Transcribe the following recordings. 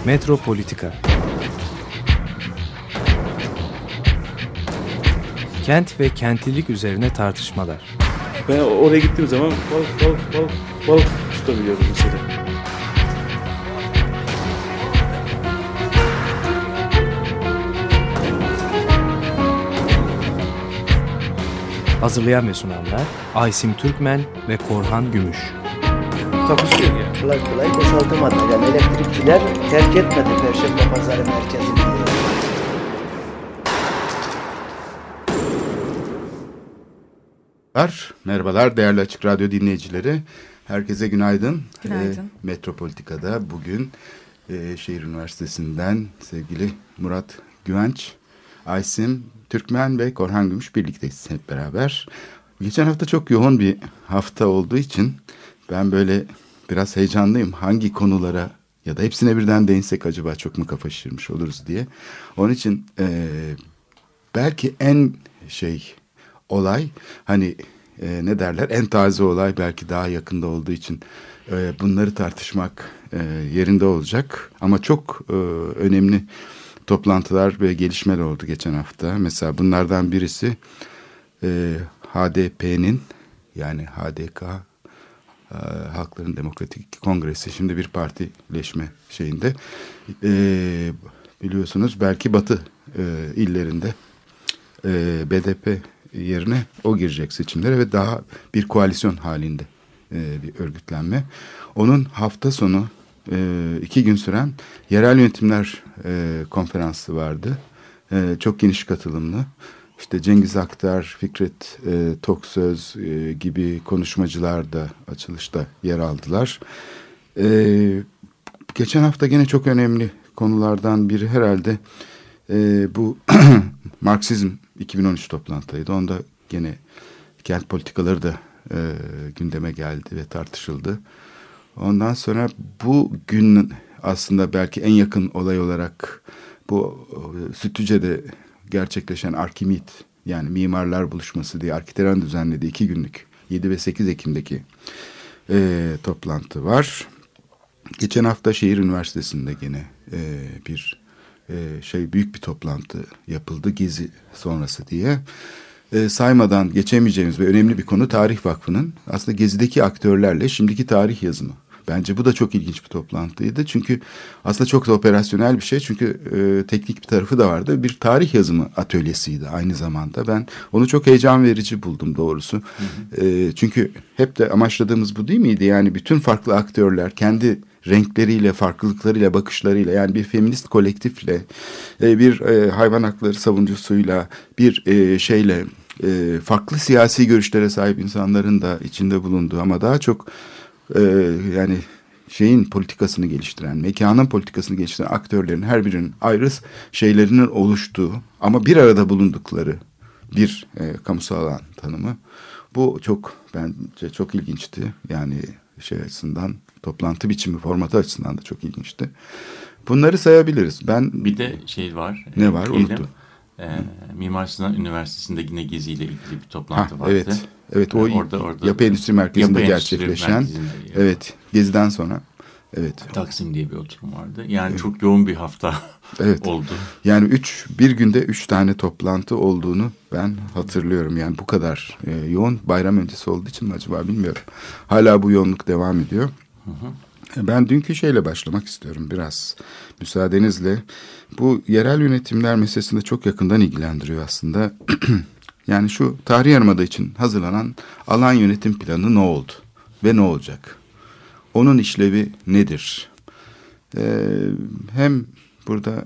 Metropolitika. Kent ve kentlilik üzerine tartışmalar. Ben oraya gittiğim zaman balık tutabiliyordum mesela. Hazırlayan ve sunanlar Aysim Türkmen ve Korhan Gümüş. Kapışıyor ya. Kolay kolay boşaltamadı. Yani elektrikçiler terk etmedi Perşembe Pazarı merkezini. Merhabalar değerli Açık Radyo dinleyicileri. Herkese günaydın. Günaydın. Metropolitika'da bugün Şehir Üniversitesi'nden sevgili Murat Güvenç, Aysim Türkmen ve Korhan Gümüş birlikteyiz hep beraber. Geçen hafta çok yoğun bir hafta olduğu için ben böyle biraz heyecanlıyım. Hangi konulara ya da hepsine birden değinsek acaba çok mu kafa şişirmiş oluruz diye. Onun için belki en olay hani ne derler en taze olay belki daha yakında olduğu için bunları tartışmak yerinde olacak. Ama çok önemli toplantılar ve gelişmeler oldu geçen hafta. Mesela bunlardan birisi HDP'nin yani HDK Halkların Demokratik Kongresi şimdi bir partileşme şeyinde biliyorsunuz belki Batı illerinde BDP yerine o girecek seçimlere ve daha bir koalisyon halinde bir örgütlenme. Onun hafta sonu 2 gün süren yerel yönetimler konferansı vardı. Çok geniş katılımlı. İşte Cengiz Aktar, Fikret Toksöz gibi konuşmacılar da açılışta yer aldılar. Geçen hafta gene çok önemli konulardan biri herhalde bu Marksizm 2013 toplantıydı. Onda gene kent politikaları da gündeme geldi ve tartışıldı. Ondan sonra bu gün aslında belki en yakın olay olarak bu Sütlüce'de gerçekleşen Arkimit yani mimarlar buluşması diye Arkiteran düzenlediği 2 günlük 7 ve 8 Ekim'deki toplantı var. Geçen hafta Şehir Üniversitesi'nde gene büyük bir toplantı yapıldı Gezi sonrası diye. Saymadan geçemeyeceğimiz ve önemli bir konu Tarih Vakfı'nın aslında Gezi'deki aktörlerle şimdiki tarih yazımı. Bence bu da çok ilginç bir toplantıydı. Çünkü aslında çok da operasyonel bir şey. Çünkü teknik bir tarafı da vardı. Bir tarih yazımı atölyesiydi aynı zamanda. Ben onu çok heyecan verici buldum doğrusu. Hı hı. Çünkü hep de amaçladığımız bu değil miydi? Yani bütün farklı aktörler kendi renkleriyle, farklılıklarıyla, bakışlarıyla yani bir feminist kolektifle, bir hayvan hakları savunucusuyla, bir farklı siyasi görüşlere sahip insanların da içinde bulunduğu ama daha çok yani politikasını geliştiren, mekanın politikasını geliştiren aktörlerin her birinin ayrı şeylerinin oluştuğu ama bir arada bulundukları bir kamusal alan tanımı. Bu bence çok ilginçti. Yani açısından toplantı biçimi, formatı açısından da çok ilginçti. Bunları sayabiliriz. Bir de var. Ne var? Unuttum. Mimar Sinan Üniversitesi'nde yine Gezi ile ilgili bir toplantı vardı. Evet, o orada Yapı Endüstri Merkezi'nde gerçekleşen. Evet, Gezi'den sonra. Evet. Taksim diye bir oturum vardı. Yani çok yoğun bir hafta oldu. Yani bir günde 3 tane toplantı olduğunu ben hatırlıyorum. Yani bu kadar yoğun bayram öncesi olduğu için mi acaba bilmiyorum. Hala bu yoğunluk devam ediyor. Hı hı. Ben dünkü başlamak istiyorum biraz müsaadenizle. Bu yerel yönetimler meselesinde çok yakından ilgilendiriyor aslında. Yani şu Tarihi Yarımada için hazırlanan alan yönetim planı ne oldu ve ne olacak? Onun işlevi nedir? Hem burada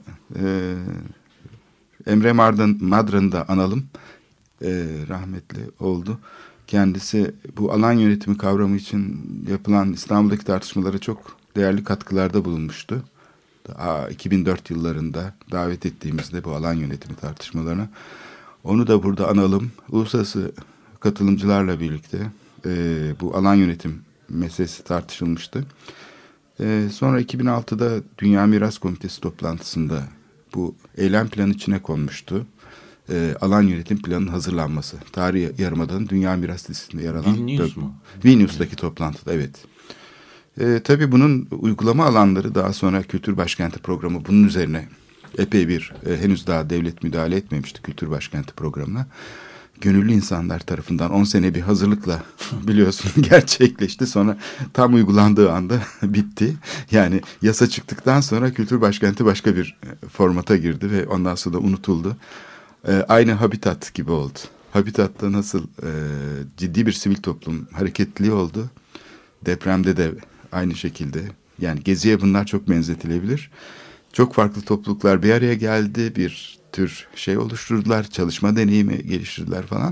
Emre Madran'ı da analım. Rahmetli oldu. Kendisi bu alan yönetimi kavramı için yapılan İstanbul'daki tartışmalara çok değerli katkılarda bulunmuştu. 2004 yıllarında davet ettiğimizde bu alan yönetimi tartışmalarına. Onu da burada analım. Uluslararası katılımcılarla birlikte bu alan yönetim meselesi tartışılmıştı. Sonra 2006'da Dünya Miras Komitesi toplantısında bu eylem planı içine konmuştu. Alan yönetim planının hazırlanması. Tarihi Yarımada'nın Dünya Miras listesinde yer alan. Vilnius mu? Vilnius'taki toplantıda evet. Tabii bunun uygulama alanları daha sonra Kültür Başkenti programı bunun üzerine epey bir henüz daha devlet müdahale etmemişti Kültür Başkenti programına. Gönüllü insanlar tarafından 10 sene bir hazırlıkla biliyorsun gerçekleşti. Sonra tam uygulandığı anda bitti. Yani yasa çıktıktan sonra Kültür Başkenti başka bir formata girdi ve ondan sonra da unutuldu. Aynı Habitat gibi oldu. Habitat'ta nasıl ciddi bir sivil toplum hareketliliği oldu. Depremde de aynı şekilde. Yani Gezi'ye bunlar çok benzetilebilir. Çok farklı topluluklar bir araya geldi. Bir tür şey oluşturdular. Çalışma deneyimi geliştirdiler falan.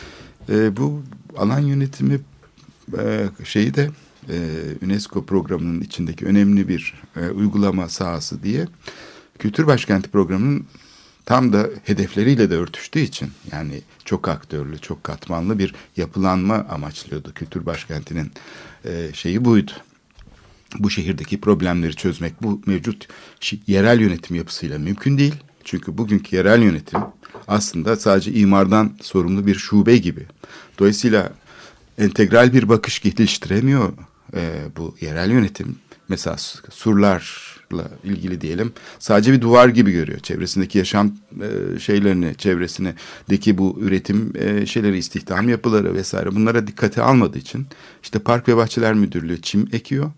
Bu alan yönetimi şeyi de UNESCO programının içindeki önemli bir uygulama sahası diye Kültür Başkenti programının tam da hedefleriyle de örtüştüğü için yani çok aktörlü, çok katmanlı bir yapılanma amaçlıyordu. Kültür Başkenti'nin şeyi buydu. Bu şehirdeki problemleri çözmek bu mevcut yerel yönetim yapısıyla mümkün değil. Çünkü bugünkü yerel yönetim aslında sadece imardan sorumlu bir şube gibi. Dolayısıyla entegral bir bakış geliştiremiyor bu yerel yönetim. Mesela surlarla ilgili diyelim sadece bir duvar gibi görüyor. Çevresindeki yaşam şeylerini, çevresindeki bu üretim şeyleri, istihdam yapıları vesaire bunlara dikkate almadığı için işte Park ve Bahçeler Müdürlüğü çim ekiyor.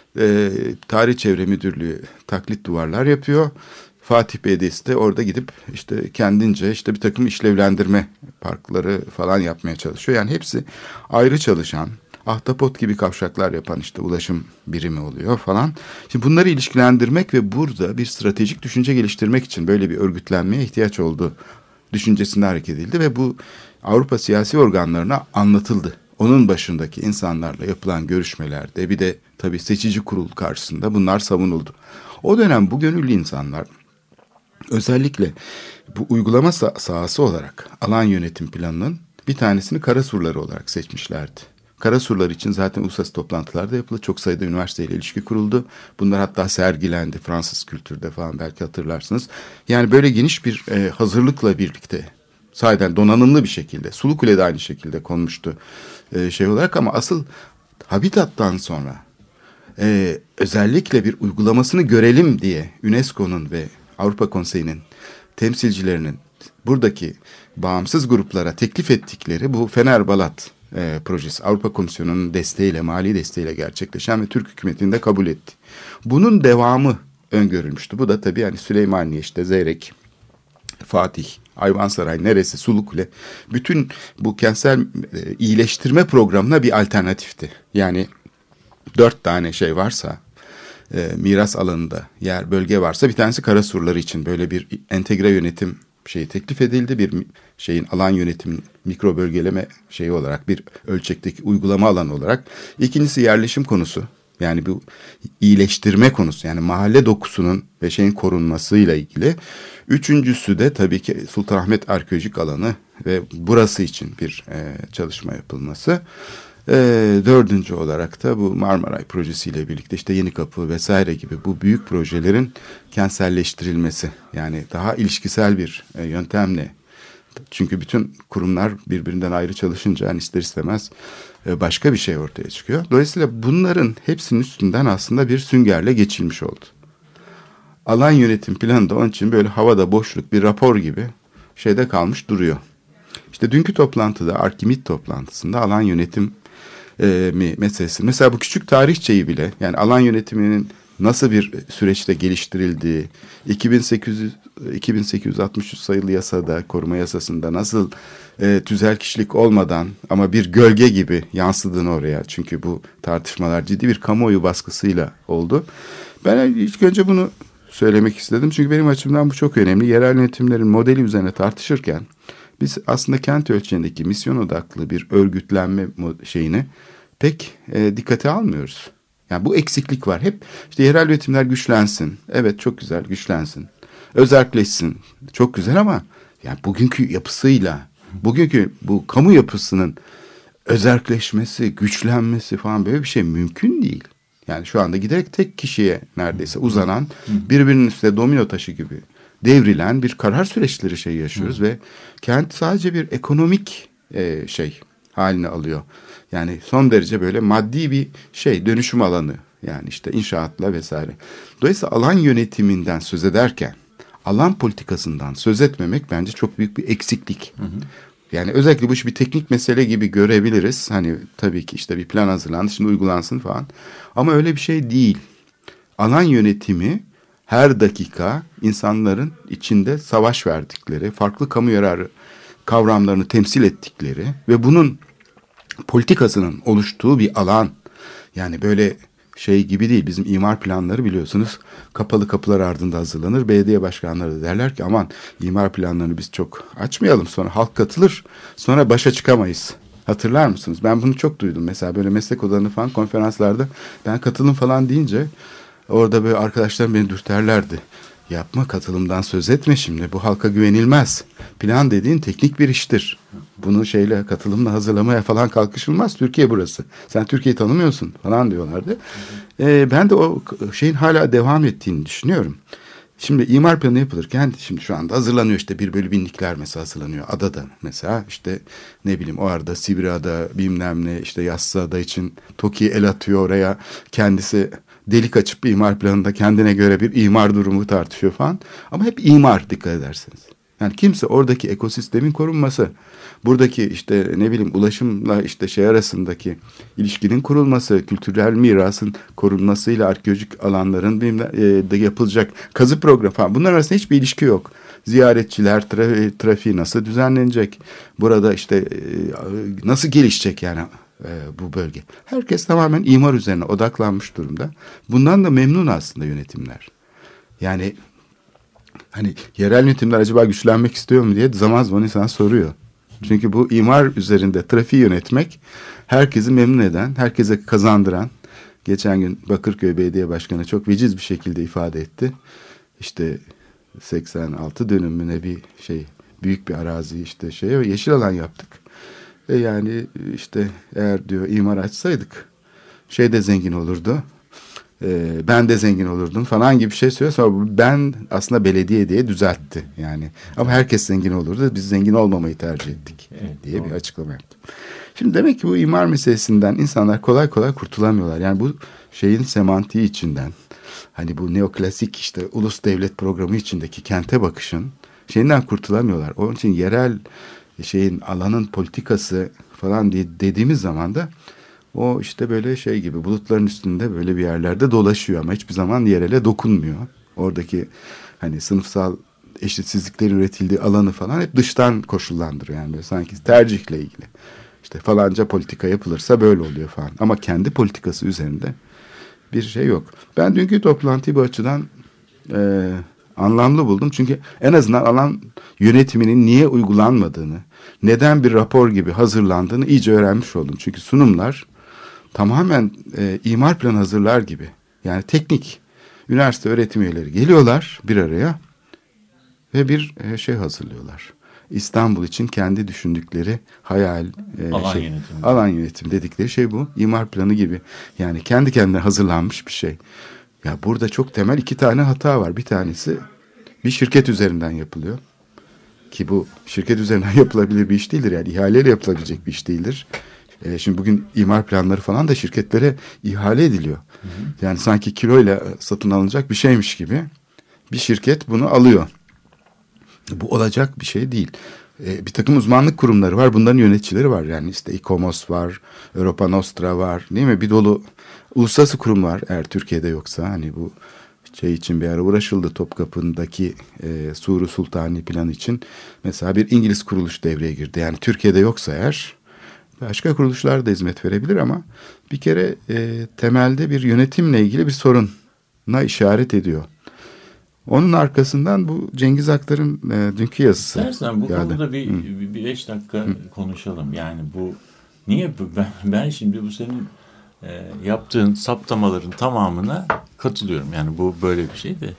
Tarih Çevre Müdürlüğü taklit duvarlar yapıyor. Fatih Belediyesi de orada gidip işte kendince işte bir takım işlevlendirme parkları falan yapmaya çalışıyor. Yani hepsi ayrı çalışan, ahtapot gibi kavşaklar yapan işte ulaşım birimi oluyor falan. Şimdi bunları ilişkilendirmek ve burada bir stratejik düşünce geliştirmek için böyle bir örgütlenmeye ihtiyaç olduğu düşüncesinde hareket edildi ve bu Avrupa siyasi organlarına anlatıldı. Onun başındaki insanlarla yapılan görüşmelerde bir de tabii seçici kurul karşısında bunlar savunuldu. O dönem bu gönüllü insanlar özellikle bu uygulama sahası olarak alan yönetim planının bir tanesini Karasurları olarak seçmişlerdi. Karasurlar için zaten uluslararası toplantılar da yapıldı. Çok sayıda üniversiteyle ilişki kuruldu. Bunlar hatta sergilendi Fransız kültürde falan belki hatırlarsınız. Yani böyle geniş bir hazırlıkla birlikte sahiden donanımlı bir şekilde Sulukule'de aynı şekilde konmuştu şey olarak ama asıl Habitat'tan sonra özellikle bir uygulamasını görelim diye UNESCO'nun ve Avrupa Konseyi'nin temsilcilerinin buradaki bağımsız gruplara teklif ettikleri bu Fener-Balat projesi Avrupa Komisyonu'nun desteğiyle, mali desteğiyle gerçekleşen ve Türk hükümetinin de kabul etti. Bunun devamı öngörülmüştü. Bu da tabii yani Süleymaniye, işte Zeyrek, Fatih, Ayvansaray, neresi, Sulukule, bütün bu kentsel iyileştirme programına bir alternatifti. Yani 4 tane şey varsa, miras alanında yer, bölge varsa bir tanesi Karasurları için böyle bir entegre yönetim şeyi teklif edildi. Bir şeyin alan yönetim mikro bölgeleme şeyi olarak bir ölçekteki uygulama alanı olarak. İkincisi yerleşim konusu. Yani bu iyileştirme konusu yani mahalle dokusunun ve şeyin korunmasıyla ilgili. Üçüncüsü de tabii ki Sultanahmet Arkeolojik Alanı ve burası için bir çalışma yapılması. Dördüncü olarak da bu Marmaray projesiyle birlikte işte Yenikapı vesaire gibi bu büyük projelerin kentselleştirilmesi. Yani daha ilişkisel bir yöntemle. Çünkü bütün kurumlar birbirinden ayrı çalışınca yani ister istemez başka bir şey ortaya çıkıyor. Dolayısıyla bunların hepsinin üstünden aslında bir süngerle geçilmiş oldu. Alan yönetim planı da onun için böyle havada boşluk bir rapor gibi şeyde kalmış duruyor. İşte dünkü toplantıda Arkimit toplantısında alan yönetim meselesi. Mesela bu küçük tarihçeyi bile yani alan yönetiminin nasıl bir süreçte geliştirildiği 2863 sayılı yasada koruma yasasında nasıl tüzel kişilik olmadan ama bir gölge gibi yansıdığını oraya çünkü bu tartışmalar ciddi bir kamuoyu baskısıyla oldu. Ben ilk önce bunu söylemek istedim çünkü benim açımdan bu çok önemli. Yerel yönetimlerin modeli üzerine tartışırken biz aslında kent ölçeğindeki misyon odaklı bir örgütlenme şeyini pek dikkate almıyoruz. Yani bu eksiklik var. Hep işte yerel yönetimler güçlensin. Evet çok güzel güçlensin. Özerkleşsin. Çok güzel ama yani bugünkü yapısıyla, bugünkü bu kamu yapısının özerkleşmesi, güçlenmesi falan böyle bir şey mümkün değil. Yani şu anda giderek tek kişiye neredeyse uzanan birbirinin üstüne domino taşı gibi devrilen bir karar süreçleri yaşıyoruz ve kent sadece bir ekonomik halini alıyor. Yani son derece böyle maddi bir şey, dönüşüm alanı. Yani işte inşaatla vesaire. Dolayısıyla alan yönetiminden söz ederken alan politikasından söz etmemek bence çok büyük bir eksiklik. Hı hı. Yani özellikle bu iş bir teknik mesele gibi görebiliriz. Hani tabii ki işte bir plan hazırlandı, şimdi uygulansın falan. Ama öyle bir şey değil. Alan yönetimi her dakika insanların içinde savaş verdikleri, farklı kamu yararı kavramlarını temsil ettikleri ve bunun politikasının oluştuğu bir alan. Yani böyle şey gibi değil. Bizim imar planları biliyorsunuz kapalı kapılar ardında hazırlanır. Belediye başkanları da derler ki aman imar planlarını biz çok açmayalım. Sonra halk katılır. Sonra başa çıkamayız. Hatırlar mısınız? Ben bunu çok duydum. Mesela böyle meslek odalarında falan konferanslarda ben katılım falan deyince orada böyle arkadaşlarım beni dürterlerdi. Yapma, katılımdan söz etme şimdi. Bu halka güvenilmez. Plan dediğin teknik bir iştir. Bunu şeyle, katılımla hazırlamaya falan kalkışılmaz. Türkiye burası. Sen Türkiye'yi tanımıyorsun falan diyorlardı. Ben de o şeyin hala devam ettiğini düşünüyorum. Şimdi imar planı yapılırken şimdi şu anda hazırlanıyor işte 1/1000'likler mesela hazırlanıyor. Adada mesela işte ne bileyim o arada Sibirada bilmem ne işte Yassıada için TOKİ el atıyor oraya. Kendisi delik açıp bir imar planında kendine göre bir imar durumu tartışıyor falan. Ama hep imar, dikkat ederseniz. Yani kimse oradaki ekosistemin korunması, buradaki işte ne bileyim ulaşımla işte şey arasındaki ilişkinin kurulması, kültürel mirasın korunmasıyla arkeolojik alanların da yapılacak kazı programı falan, bunlar arasında hiçbir ilişki yok. Ziyaretçiler, trafiği nasıl düzenlenecek, burada işte nasıl gelişecek yani bu bölge. Herkes tamamen imar üzerine odaklanmış durumda. Bundan da memnun aslında yönetimler. Yani hani yerel yönetimler acaba güçlenmek istiyor mu diye zaman zaman insan soruyor. Çünkü bu imar üzerinde trafiği yönetmek herkesi memnun eden, herkese kazandıran. Geçen gün Bakırköy Belediye Başkanı çok veciz bir şekilde ifade etti. İşte 86 dönümüne bir şey, büyük bir arazi işte yeşil alan yaptık. Yani işte eğer diyor imar açsaydık şey de zengin olurdu. Ben de zengin olurdum falan gibi bir şey söylüyor. Sonra ben aslında belediye diye düzeltti yani. Ama herkes zengin olurdu. Biz zengin olmamayı tercih ettik diye bir açıklama yaptım. Şimdi demek ki bu imar meselesinden insanlar kolay kolay kurtulamıyorlar. Yani bu şeyin semantiği içinden, hani bu neoklasik işte ulus devlet programı içindeki kente bakışın şeyinden kurtulamıyorlar. Onun için yerel şeyin, alanın politikası falan dediğimiz zaman da o işte böyle şey gibi bulutların üstünde böyle bir yerlerde dolaşıyor ama hiçbir zaman yerele dokunmuyor. Oradaki hani sınıfsal eşitsizliklerin üretildiği alanı falan hep dıştan koşullandırıyor. Yani böyle sanki tercihle ilgili. İşte falanca politika yapılırsa böyle oluyor falan. Ama kendi politikası üzerinde bir şey yok. Ben dünkü toplantıyı bu açıdan anlamlı buldum. Çünkü en azından alan yönetiminin niye uygulanmadığını, neden bir rapor gibi hazırlandığını iyice öğrenmiş oldum. Çünkü sunumlar tamamen imar planı hazırlar gibi. Yani teknik üniversite öğretim üyeleri geliyorlar bir araya ve bir şey hazırlıyorlar. İstanbul için kendi düşündükleri hayal, alan yönetimi dedikleri şey bu. İmar planı gibi. Yani kendi kendine hazırlanmış bir şey. Ya burada çok temel 2 tane hata var. Bir tanesi bir şirket üzerinden yapılıyor. Ki bu şirket üzerinden yapılabilir bir iş değildir. Yani ihaleyle yapılabilecek bir iş değildir. Şimdi bugün imar planları falan da şirketlere ihale ediliyor. Hı hı. Yani sanki kiloyla satın alınacak bir şeymiş gibi bir şirket bunu alıyor. Bu olacak bir şey değil. Bir takım uzmanlık kurumları var. Bunların yöneticileri var. Yani işte İKOMOS var, Europa Nostra var. Değil mi? Bir dolu uluslararası kurum var. Eğer Türkiye'de yoksa hani bu şey için bir ara uğraşıldı. Topkapı'ndaki Suri Sultani planı için. Mesela bir İngiliz kuruluş devreye girdi. Yani Türkiye'de yoksa eğer başka kuruluşlar da hizmet verebilir ama bir kere temelde bir yönetimle ilgili bir soruna işaret ediyor. Onun arkasından bu Cengiz Aktar'ın dünkü yazısı. İstersen bu konuda bir 5 dakika konuşalım. Yani bu niye ben şimdi bu senin yaptığın saptamaların tamamına katılıyorum. Yani bu böyle bir şey de.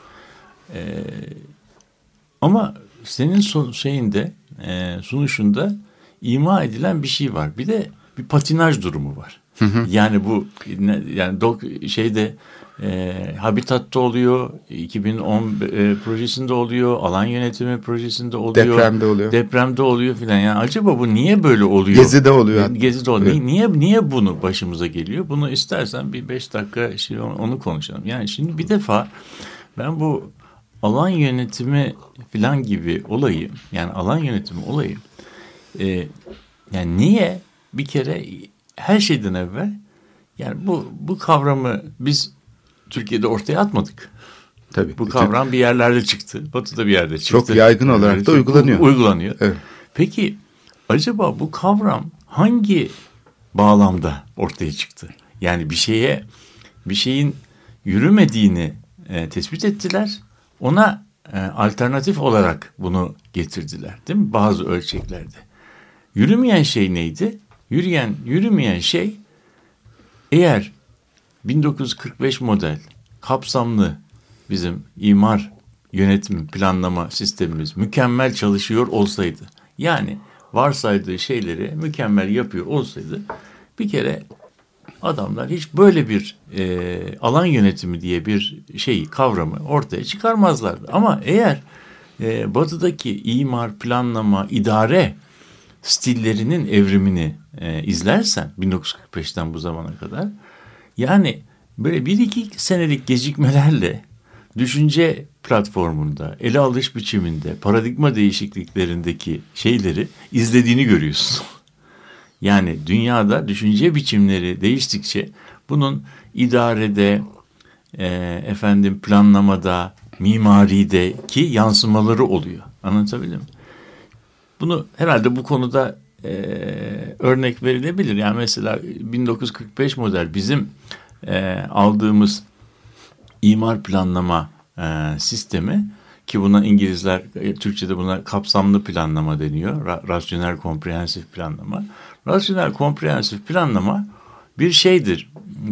Ama senin sunuşunda ima edilen bir şey var. Bir de bir patinaj durumu var. Yani bu yani şeyde Habitat'ta oluyor, 2010 projesinde oluyor, alan yönetimi projesinde oluyor, depremde oluyor filan. Yani acaba bu niye böyle oluyor? Gezi'de oluyor. Gezi'de oluyor. Evet. Niye bunu başımıza geliyor? Bunu istersen bir 5 dakika onu konuşalım. Yani şimdi bir defa ben bu alan yönetimi filan gibi olayı, yani alan yönetimi olayı, yani niye bir kere her şeyden evvel yani bu kavramı biz Türkiye'de ortaya atmadık. Tabii. Bu kavram bir yerlerde çıktı. Batı'da bir yerde çıktı. Çok yaygın olarak da uygulanıyor. Uygulanıyor. Evet. Peki acaba bu kavram hangi bağlamda ortaya çıktı? Yani bir şeyin yürümediğini tespit ettiler. Ona alternatif olarak bunu getirdiler. Değil mi? Bazı ölçeklerde. Yürümeyen şey neydi? Yürümeyen şey eğer 1945 model kapsamlı bizim imar yönetim planlama sistemimiz mükemmel çalışıyor olsaydı, yani varsaydığı şeyleri mükemmel yapıyor olsaydı, bir kere adamlar hiç böyle bir alan yönetimi diye bir kavramı ortaya çıkarmazlardı. Ama eğer Batı'daki imar, planlama, idare stillerinin evrimini izlersen 1945'ten bu zamana kadar, yani böyle 1-2 senelik gecikmelerle düşünce platformunda, ele alış biçiminde, paradigma değişikliklerindeki şeyleri izlediğini görüyorsun. Yani dünyada düşünce biçimleri değiştikçe bunun idarede, planlamada, mimarideki yansımaları oluyor. Anlatabildim mi? Bunu herhalde bu konuda örnek verilebilir. Yani mesela 1945 model bizim aldığımız imar planlama sistemi, ki buna İngilizler, Türkçe'de buna kapsamlı planlama deniyor. Rasyonel komprehensif planlama. Rasyonel komprehensif planlama bir şeydir.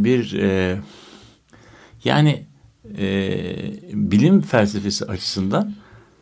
Bilim felsefesi açısından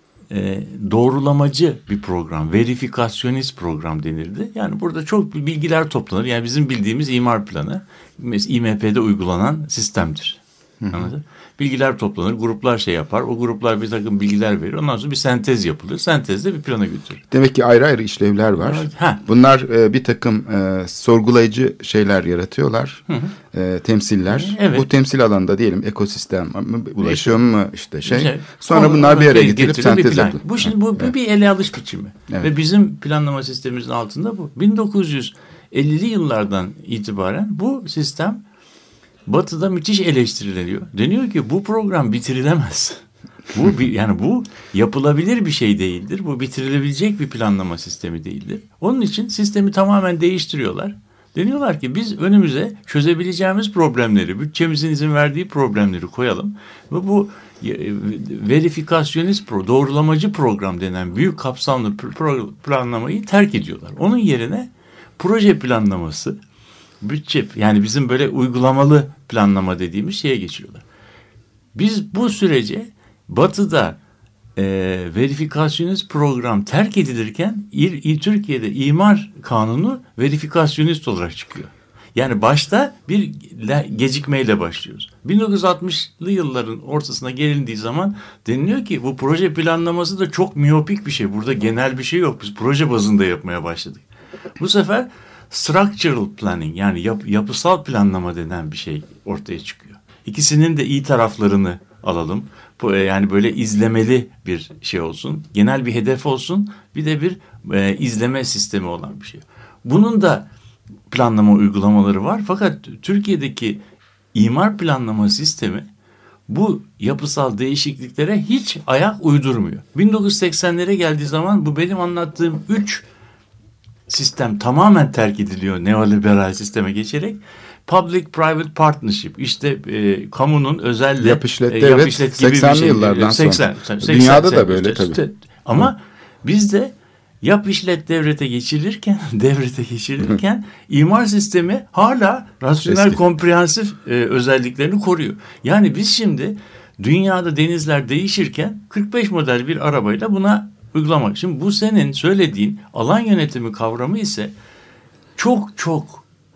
doğrulamacı bir program, verifikasyonist program denirdi. Yani burada çok bilgiler toplanır. Yani bizim bildiğimiz imar planı, İMP'de uygulanan sistemdir. Anladın? Bilgiler toplanır, gruplar yapar. O gruplar bir takım bilgiler verir. Ondan sonra bir sentez yapılır. Sentezde bir plana götürür. Demek ki ayrı ayrı işlevler var. Bunlar bir takım sorgulayıcı şeyler yaratıyorlar. Temsiller. Evet. Bu temsil alanında diyelim ekosistem, ulaşım mı Sonra bunlar bir araya getirip sentez yapılır. Bu şimdi bu bir ele alış biçimi. Evet. Ve bizim planlama sistemimizin altında bu. 1950'li yıllardan itibaren bu sistem Batı'da müthiş eleştiriliyor. Deniyor ki bu program bitirilemez. Bu yapılabilir bir şey değildir. Bu bitirilebilecek bir planlama sistemi değildir. Onun için sistemi tamamen değiştiriyorlar. Deniyorlar ki biz önümüze çözebileceğimiz problemleri, bütçemizin izin verdiği problemleri koyalım. Ve bu verifikasyonist doğrulamacı program denen büyük kapsamlı planlamayı terk ediyorlar. Onun yerine proje planlaması, bütçe, yani bizim böyle uygulamalı planlama dediğimiz şeye geçiyorlar. Biz bu sürece Batı'da verifikasyonist program terk edilirken Türkiye'de imar kanunu verifikasyonist olarak çıkıyor. Yani başta bir gecikmeyle başlıyoruz. 1960'lı yılların ortasına gelindiği zaman deniliyor ki bu proje planlaması da çok miyopik bir şey. Burada genel bir şey yok. Biz proje bazında yapmaya başladık. Bu sefer structural planning, yani yapısal planlama denen bir şey ortaya çıkıyor. İkisinin de iyi taraflarını alalım. Yani böyle izlemeli bir şey olsun. Genel bir hedef olsun. Bir de bir izleme sistemi olan bir şey. Bunun da planlama uygulamaları var. Fakat Türkiye'deki imar planlama sistemi bu yapısal değişikliklere hiç ayak uydurmuyor. 1980'lere geldiği zaman bu benim anlattığım 3 sistem tamamen terk ediliyor neoliberal sisteme geçerek. Public-private partnership, işte kamunun özelle yap işlet gibi 80'li yıllardan sonra. Dünyada da böyle tabii. Ama bizde yap işlet devrete geçirilirken imar sistemi hala rasyonel komprehensif özelliklerini koruyor. Yani biz şimdi dünyada denizler değişirken 45 model bir arabayla buna uygulamak. Şimdi bu senin söylediğin alan yönetimi kavramı ise çok çok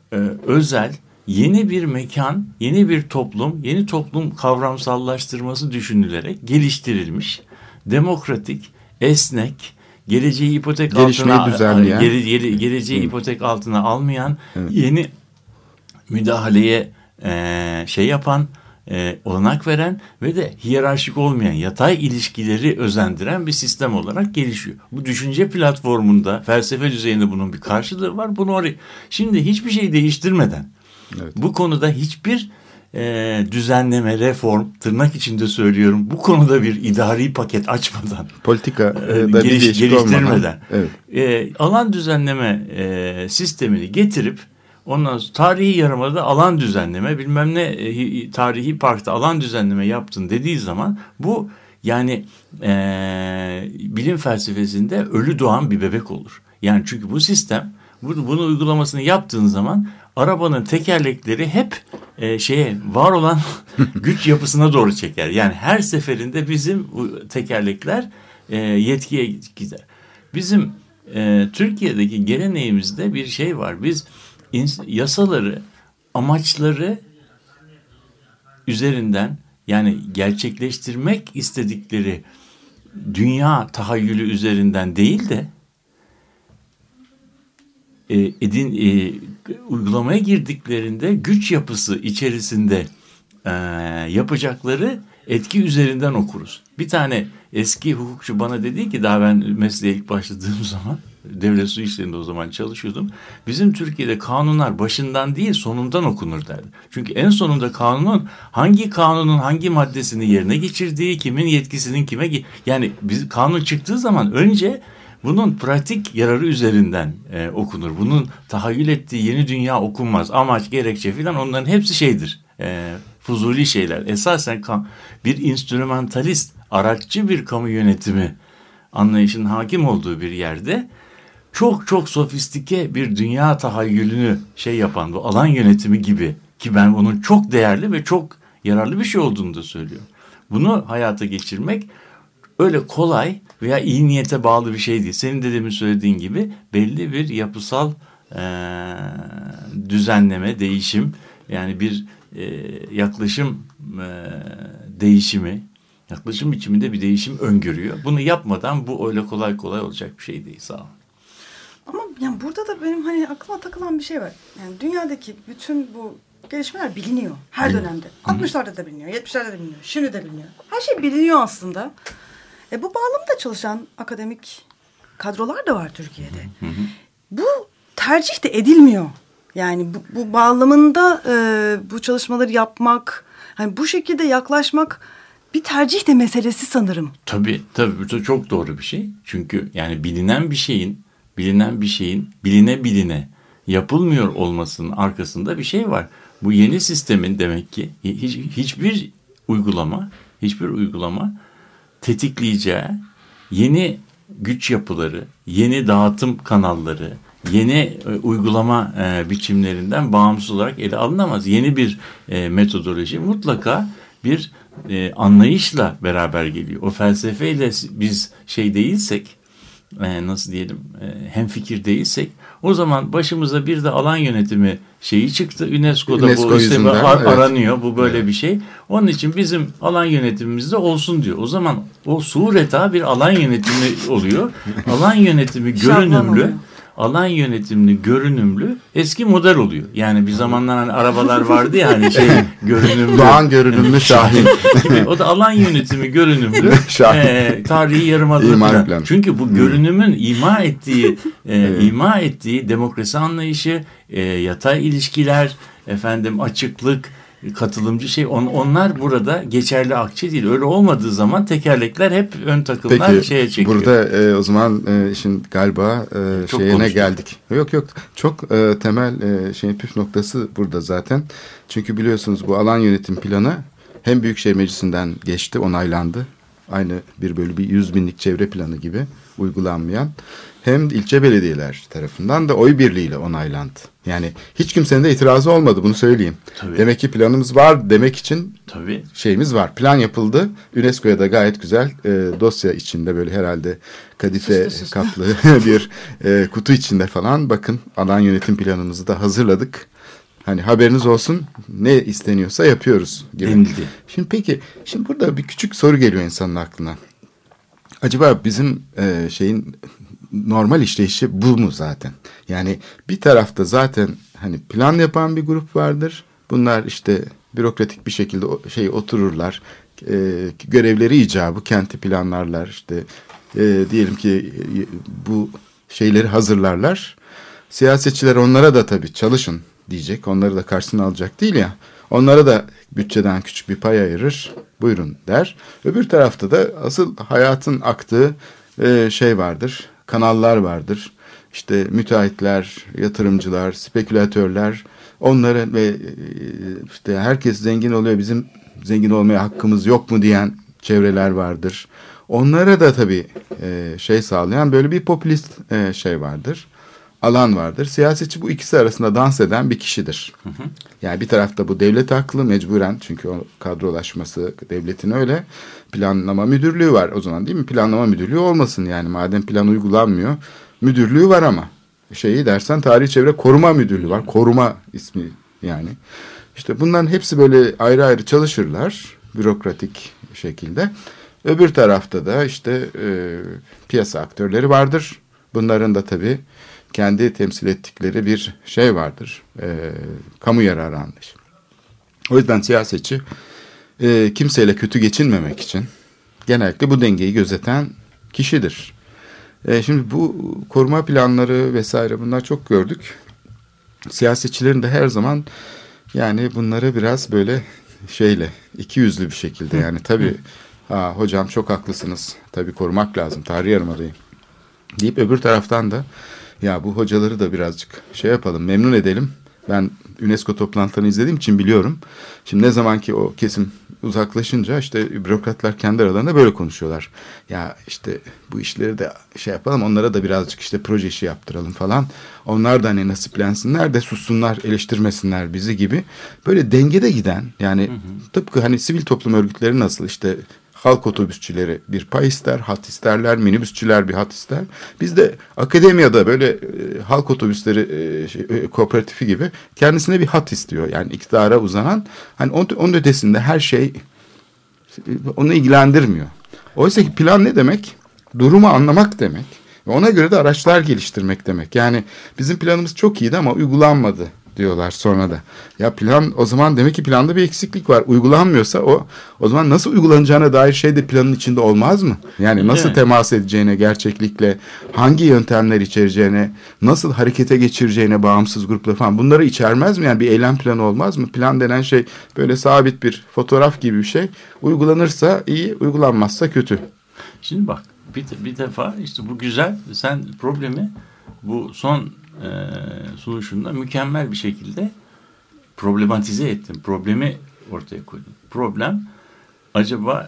özel, yeni bir mekan, yeni bir toplum, yeni toplum kavramsallaştırması düşünülerek geliştirilmiş, demokratik, esnek, geleceği ipotek geleceği ipotek altına almayan, yeni müdahaleye yapan, olanak veren ve de hiyerarşik olmayan, yatay ilişkileri özendiren bir sistem olarak gelişiyor. Bu düşünce platformunda, felsefe düzeyinde bunun bir karşılığı var. Şimdi hiçbir şey değiştirmeden, bu konuda hiçbir düzenleme, reform, tırnak içinde söylüyorum, bu konuda bir idari paket açmadan, politika da bir geliştirmeden, alan düzenleme sistemini getirip, ondan sonra tarihi yarımada alan düzenleme, bilmem ne tarihi parkta alan düzenleme yaptın dediği zaman, bu yani bilim felsefesinde ölü doğan bir bebek olur. Yani çünkü bu sistem, bunu uygulamasını yaptığın zaman arabanın tekerlekleri hep var olan güç yapısına doğru çeker. Yani her seferinde bizim tekerlekler yetkiye gider. Bizim Türkiye'deki geleneğimizde bir şey var. Biz yasaları, amaçları üzerinden, yani gerçekleştirmek istedikleri dünya tahayyülü üzerinden değil de uygulamaya girdiklerinde güç yapısı içerisinde yapacakları etki üzerinden okuruz. Bir tane eski hukukçu bana dedi ki, daha ben mesleğe ilk başladığım zaman, devlet su işlerinde o zaman çalışıyordum. Bizim Türkiye'de kanunlar başından değil sonundan okunur derdi. Çünkü en sonunda kanunun hangi maddesini yerine geçirdiği, kimin yetkisinin kime, yani kanun çıktığı zaman önce bunun pratik yararı üzerinden okunur. Bunun tahayyül ettiği yeni dünya okunmaz. Amaç, gerekçe filan, onların hepsi fuzuli şeyler. Esasen bir instrumentalist, araççı bir kamu yönetimi anlayışının hakim olduğu bir yerde çok çok sofistike bir dünya tahayyülünü yapan, bu alan yönetimi gibi, ki ben onun çok değerli ve çok yararlı bir şey olduğunu da söylüyorum. Bunu hayata geçirmek öyle kolay veya iyi niyete bağlı bir şey değil. Senin de demin söylediğin gibi belli bir yapısal düzenleme, değişim, yani bir yaklaşım değişimi, yaklaşım biçiminde bir değişim öngörüyor. Bunu yapmadan bu öyle kolay kolay olacak bir şey değil. Sağ ol. Ama yani burada da benim aklıma takılan bir şey var. Yani dünyadaki bütün bu gelişmeler biliniyor her dönemde. 60'larda da biliniyor, 70'lerde de biliniyor, şimdi de biliniyor. Her şey biliniyor aslında. Bu bağlamda çalışan akademik kadrolar da var Türkiye'de. Bu tercih de edilmiyor. Yani bu bağlamında bu çalışmaları yapmak, hani bu şekilde yaklaşmak bir tercih de meselesi sanırım. Tabii bu çok doğru bir şey. Çünkü yani bilinen bir şeyin biline yapılmıyor olmasının arkasında bir şey var. Bu yeni sistemin demek ki hiçbir uygulama tetikleyeceği yeni güç yapıları, yeni dağıtım kanalları, yeni uygulama biçimlerinden bağımsız olarak ele alınamaz. Yeni bir metodoloji mutlaka bir anlayışla beraber geliyor. O felsefeyle biz değilsek, nasıl diyelim, hemfikir değilsek, o zaman başımıza bir de alan yönetimi çıktı. UNESCO'da bu yüzünden, aranıyor. Bu böyle bir şey. Onun için bizim alan yönetimimizde olsun diyor. O zaman o sureta bir alan yönetimi oluyor. Alan yönetimi görünümlü eski model oluyor. Yani bir zamanlar hani arabalar vardı ya, hani görünümlü. Doğan görünümlü Şahin. O da alan yönetimi görünümlü tarihi yarımada. Çünkü bu görünümün ima ettiği demokrasi anlayışı, yatay ilişkiler, açıklık, katılımcı onlar burada geçerli akçe değil. Öyle olmadığı zaman tekerlekler hep ön takımlar çekiyor. Burada o zaman işin galiba şeyine geldik. Yok çok temel püf noktası burada zaten. Çünkü biliyorsunuz bu alan yönetim planı hem Büyükşehir Meclisi'nden geçti, onaylandı. aynı 1/100.000'lik çevre planı gibi uygulanmayan, hem ilçe belediyeler tarafından da oy birliğiyle onaylandı. Yani hiç kimsenin de itirazı olmadı, bunu söyleyeyim. Tabii. Demek ki planımız var demek için Tabii. şeyimiz var. Plan yapıldı. UNESCO'ya da gayet güzel dosya içinde, böyle herhalde kadife kaplı bir kutu içinde falan. Bakın, alan yönetim planımızı da hazırladık. Hani haberiniz olsun, ne isteniyorsa yapıyoruz gibi. Denildi. Şimdi burada bir küçük soru geliyor insanın aklına. Acaba bizim şeyin normal işleyişi bu mu zaten? Yani bir tarafta zaten hani plan yapan bir grup vardır. Bunlar işte bürokratik bir şekilde otururlar. Görevleri icabı kenti planlarlar. İşte diyelim ki bu şeyleri hazırlarlar. Siyasetçiler onlara da tabii çalışın diyecek. Onları da karşısına alacak değil ya. Onlara da bütçeden küçük bir pay ayırır. Buyurun der. Öbür tarafta da asıl hayatın aktığı şey vardır. Kanallar vardır. İşte müteahhitler, yatırımcılar, spekülatörler, onları ve işte herkes zengin oluyor, bizim zengin olmaya hakkımız yok mu diyen çevreler vardır. Onlara da tabii şey sağlayan böyle bir popülist şey vardır. Alan vardır. Siyasetçi bu ikisi arasında dans eden bir kişidir. Hı hı. Yani bir tarafta bu devlet haklı mecburen, çünkü o kadrolaşması devletin öyle. Planlama müdürlüğü var o zaman, değil mi? Planlama müdürlüğü olmasın yani, madem plan uygulanmıyor. Müdürlüğü var ama şeyi dersen tarihi çevre koruma müdürlüğü var. Koruma ismi yani. İşte bunların hepsi böyle ayrı ayrı çalışırlar bürokratik şekilde. Öbür tarafta da işte piyasa aktörleri vardır. Bunların da tabii kendi temsil ettikleri bir şey vardır. Kamu yararı anlayışı. O yüzden siyasetçi kimseyle kötü geçinmemek için genellikle bu dengeyi gözeten kişidir. Şimdi bu koruma planları vesaire, bunlar çok gördük. Siyasetçilerin de her zaman yani bunları biraz böyle şeyle, ikiyüzlü bir şekilde, yani tabii hocam çok haklısınız, tabii korumak lazım, tarihi yarımadayım deyip öbür taraftan da ya bu hocaları da birazcık şey yapalım, memnun edelim. Ben UNESCO toplantılarını izlediğim için biliyorum. Şimdi ne zaman ki o kesim uzaklaşınca işte bürokratlar kendi aralarında böyle konuşuyorlar. Ya işte bu işleri de şey yapalım, onlara da birazcık işte proje işi yaptıralım falan. Onlar da hani nasiplensinler de sussunlar, eleştirmesinler bizi gibi. Böyle dengede giden, yani tıpkı hani sivil toplum örgütleri nasıl işte halk otobüsçüleri bir pay ister, hat isterler, minibüsçüler bir hat ister. Biz de akademiyada böyle halk otobüsleri kooperatifi gibi kendisine bir hat istiyor. Yani iktidara uzanan, hani onun ötesinde her şey onu ilgilendirmiyor. Oysa ki plan ne demek? Durumu anlamak demek. Ve ona göre de araçlar geliştirmek demek. Yani bizim planımız çok iyiydi ama uygulanmadı diyorlar sonra da. Ya plan, o zaman demek ki planda bir eksiklik var. Uygulanmıyorsa o zaman nasıl uygulanacağına dair şey de planın içinde olmaz mı? Yani nasıl temas edeceğine gerçeklikle, hangi yöntemler içereceğine, nasıl harekete geçireceğine bağımsız grupla falan, bunları içermez mi? Yani bir eylem planı olmaz mı? Plan denen şey böyle sabit bir fotoğraf gibi bir şey. Uygulanırsa iyi, uygulanmazsa kötü. Şimdi bak, bir defa işte bu güzel, sen problemi bu son sunuşunda mükemmel bir şekilde problematize ettin. Problemi ortaya koydun. Problem acaba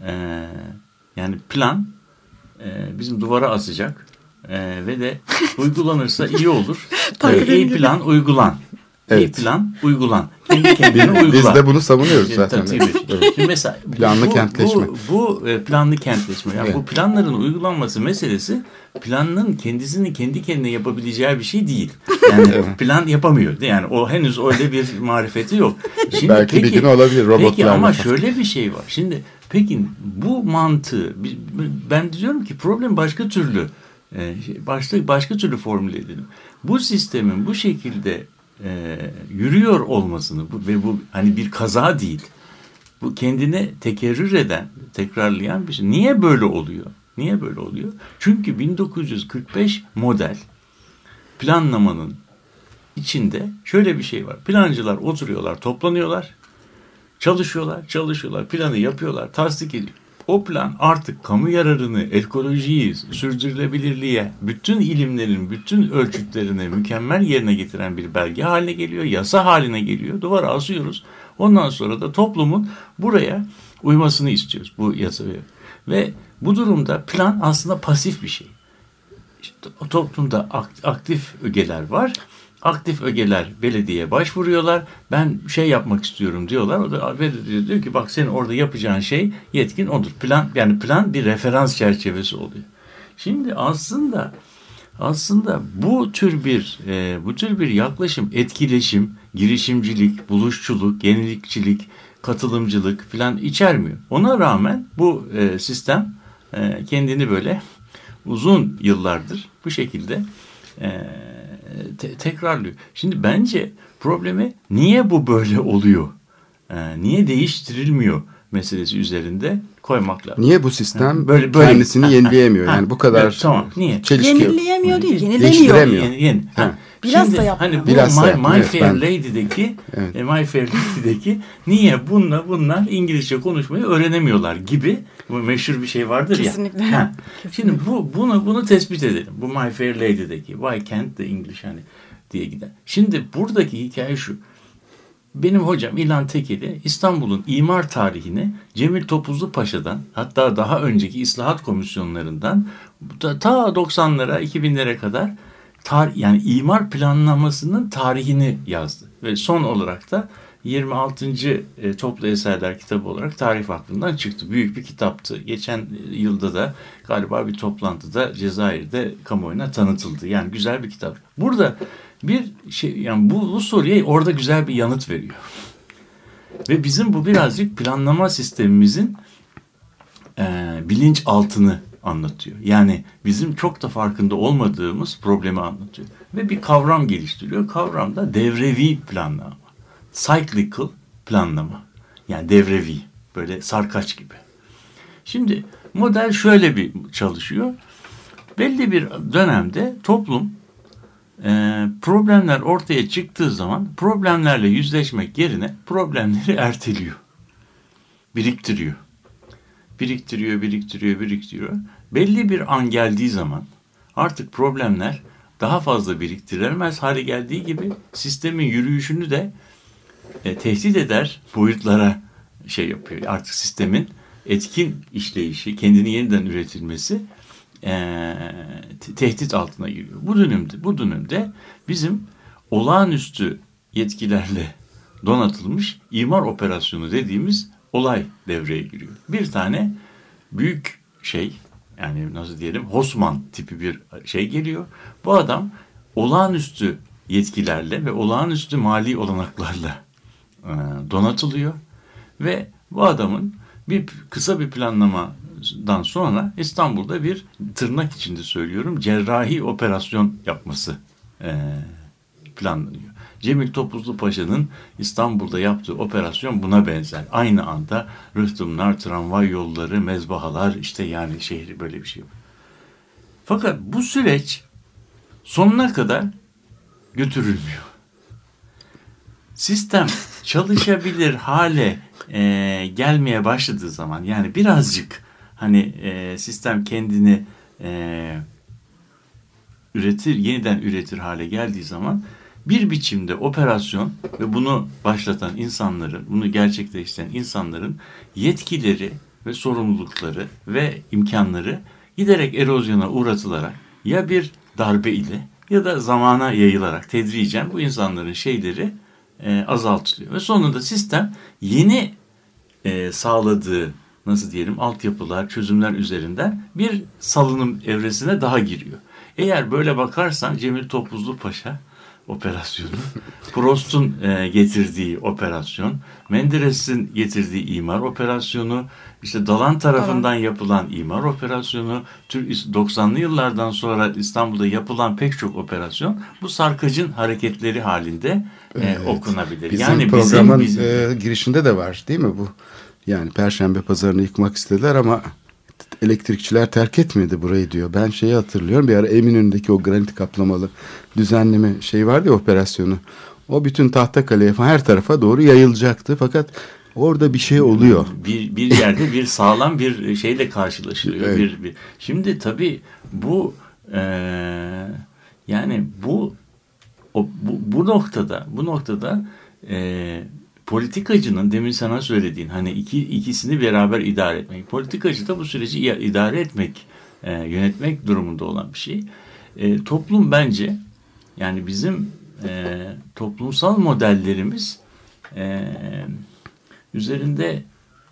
yani plan bizim duvara asacak ve de uygulanırsa iyi olur. İyi plan uygulan. Evet. İyi plan uygulan. Kendi kendine uygulan. Biz de bunu savunuyoruz zaten. Şimdi mesela planlı kentleşme. Bu planlı kentleşme. Yani bu planların uygulanması meselesi, planın kendisini kendi kendine yapabileceği bir şey değil. Yani plan yapamıyor. Yani o henüz öyle bir marifeti yok. Şimdi belki bir gün olabilir robotlarla. Peki ama şöyle bir şey var. Şimdi peki bu mantığı ben diyorum ki problem başka türlü başka türlü formüle edelim. Bu sistemin bu şekilde yürüyor olmasını ve bu hani bir kaza değil. Bu kendine tekerrür eden, tekrarlayan bir şey. Niye böyle oluyor? Niye böyle oluyor? Çünkü 1945 model planlamanın içinde şöyle bir şey var. Plancılar oturuyorlar, toplanıyorlar, çalışıyorlar, planı yapıyorlar, tasdik ediyor. O plan artık kamu yararını, ekolojiyi, sürdürülebilirliğe, bütün ilimlerin bütün ölçütlerini mükemmel yerine getiren bir belge haline geliyor, yasa haline geliyor. Duvara asıyoruz. Ondan sonra da toplumun buraya uymasını istiyoruz bu yasaya. Ve bu durumda plan aslında pasif bir şey. İşte o toplumda aktif ögeler var. Aktif ögeler belediyeye başvuruyorlar. Ben şey yapmak istiyorum diyorlar. O da belediye diyor ki bak senin orada yapacağın şey yetkin odur. Plan bir referans çerçevesi oluyor. Şimdi aslında bu tür bir yaklaşım, etkileşim, girişimcilik, buluşçuluk, yenilikçilik, katılımcılık falan içermiyor. Ona rağmen bu sistem kendini böyle uzun yıllardır bu şekilde tekrarlıyor. Şimdi bence problemi niye bu böyle oluyor? Niye değiştirilmiyor meselesi üzerinde koymak lazım. Niye bu sistem böyle kendisini yenileyemiyor? Yani bu kadar evet, tamam. Niye? Yenileyemiyor değil, yenilemiyor. Biraz şimdi, da yapmıyor. Hani bu My Fair Lady'deki niye bunlar İngilizce konuşmayı öğrenemiyorlar gibi meşhur bir şey vardır kesinlikle. ya. Şimdi bunu tespit edelim. Bu My Fair Lady'deki why can't the English diye giden. Şimdi buradaki hikaye şu. Benim hocam İlhan Tekeli İstanbul'un imar tarihini Cemil Topuzlu Paşa'dan, hatta daha önceki İslahat Komisyonlarından ta 90'lara 2000'lere kadar yani imar planlamasının tarihini yazdı. Ve son olarak da 26. Toplu Eserler kitabı olarak Tarih Vakfı'ndan çıktı. Büyük bir kitaptı. Geçen yılda da galiba bir toplantıda Cezayir'de kamuoyuna tanıtıldı. Yani güzel bir kitap. Burada bir şey, yani bu soruya orada güzel bir yanıt veriyor. Ve bizim bu birazcık planlama sistemimizin bilinçaltını anlatıyor. Yani bizim çok da farkında olmadığımız problemi anlatıyor. Ve bir kavram geliştiriyor. Kavram da devrevi planlama. Cyclical planlama. Yani devrevi. Böyle sarkaç gibi. Şimdi model şöyle bir çalışıyor. Belli bir dönemde toplum problemler ortaya çıktığı zaman problemlerle yüzleşmek yerine problemleri erteliyor. Biriktiriyor. Belli bir an geldiği zaman artık problemler daha fazla biriktirilemez hale geldiği gibi sistemin yürüyüşünü de tehdit eder boyutlara şey yapıyor. Artık sistemin etkin işleyişi, kendini yeniden üretilmesi tehdit altına giriyor. Bu dönemde bizim olağanüstü yetkilerle donatılmış imar operasyonu dediğimiz olay devreye giriyor. Bir tane büyük şey, yani nasıl diyelim, Osman tipi bir şey geliyor. Bu adam olağanüstü yetkilerle ve olağanüstü mali olanaklarla donatılıyor ve bu adamın kısa bir planlamadan sonra İstanbul'da bir, tırnak içinde söylüyorum, cerrahi operasyon yapması planlanıyor. Cemil Topuzlu Paşa'nın İstanbul'da yaptığı operasyon buna benzer. Aynı anda rıhtımlar, tramvay yolları, mezbahalar, işte yani şehri böyle bir şey. Fakat bu süreç sonuna kadar götürülmüyor. Sistem çalışabilir hale gelmeye başladığı zaman, yani birazcık hani sistem kendini yeniden üretir hale geldiği zaman bir biçimde operasyon ve bunu başlatan insanların, bunu gerçekleştiren insanların yetkileri ve sorumlulukları ve imkanları giderek erozyona uğratılarak ya bir darbe ile ya da zamana yayılarak tedricen bu insanların şeyleri azaltılıyor. Ve sonunda sistem yeni sağladığı, nasıl diyelim, altyapılar, çözümler üzerinden bir salınım evresine daha giriyor. Eğer böyle bakarsan Cemil Topuzlu Paşa operasyonu, Prost'un getirdiği operasyon, Menderes'in getirdiği imar operasyonu, işte Dalan tarafından yapılan imar operasyonu, 90'lı yıllardan sonra İstanbul'da yapılan pek çok operasyon bu sarkacın hareketleri halinde okunabilir. Bizim yani programın girişinde de var değil mi bu? Yani Perşembe Pazarı'nı yıkmak istediler ama elektrikçiler terk etmedi burayı diyor. Ben şeyi hatırlıyorum, bir ara Eminönü'ndeki o granit kaplamalı düzenleme şey vardı ya, operasyonu. O bütün Tahtakale'ye falan her tarafa doğru yayılacaktı. Fakat orada bir şey oluyor. Bir yerde bir sağlam bir şeyle karşılaşılıyor. Evet. Şimdi tabii bu yani bu noktada politikacının demin sana söylediğin hani ikisini beraber idare etmek. Politikacı da bu süreci idare etmek, yönetmek durumunda olan bir şey. Toplum bence yani bizim toplumsal modellerimiz üzerinde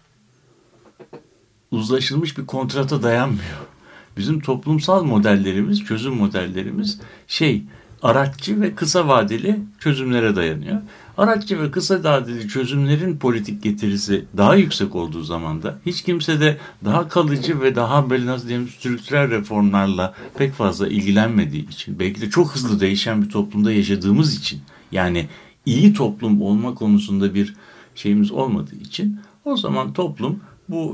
uzlaşılmış bir kontrata dayanmıyor. Bizim toplumsal modellerimiz, çözüm modellerimiz araççı ve kısa vadeli çözümlere dayanıyor. Araççı ve kısa vadeli çözümlerin politik getirisi daha yüksek olduğu zaman da hiç kimse de daha kalıcı ve daha böyle nasıl diyeyim strüktürel reformlarla pek fazla ilgilenmediği için, belki de çok hızlı değişen bir toplumda yaşadığımız için, yani iyi toplum olma konusunda bir şeyimiz olmadığı için o zaman toplum bu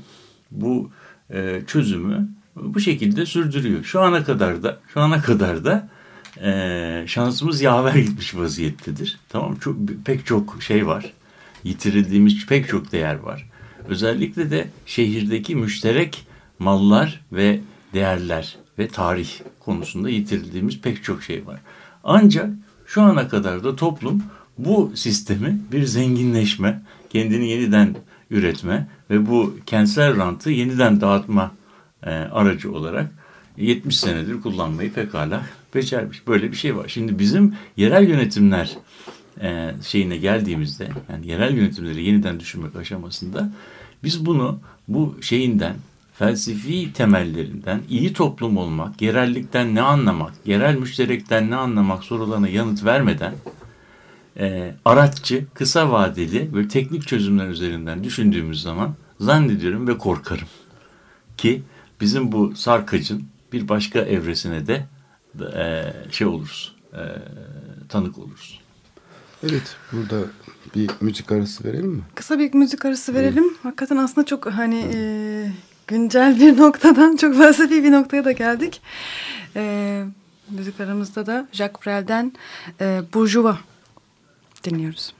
çözümü bu şekilde sürdürüyor. Şu ana kadar da şansımız yaver gitmiş vaziyettedir. Tamam mı? Pek çok şey var. Yitirildiğimiz pek çok değer var. Özellikle de şehirdeki müşterek mallar ve değerler ve tarih konusunda yitirildiğimiz pek çok şey var. Ancak şu ana kadar da toplum bu sistemi bir zenginleşme, kendini yeniden üretme ve bu kentsel rantı yeniden dağıtma aracı olarak 70 senedir kullanmayı pekala becermiş. Böyle bir şey var. Şimdi bizim yerel yönetimler şeyine geldiğimizde, yani yerel yönetimleri yeniden düşünmek aşamasında biz bunu bu şeyinden, felsefi temellerinden, iyi toplum olmak, yerellikten ne anlamak, yerel müşterekten ne anlamak sorularına yanıt vermeden araççı, kısa vadeli ve teknik çözümler üzerinden düşündüğümüz zaman zannediyorum ve korkarım ki bizim bu sarkacın bir başka evresine de tanık oluruz. Evet, burada bir müzik arası verelim mi? Kısa bir müzik arası verelim. Hakikaten aslında çok güncel bir noktadan çok felsefi bir noktaya da geldik. Müzik aramızda da Jacques Brel'den Bourgeois dinliyoruz.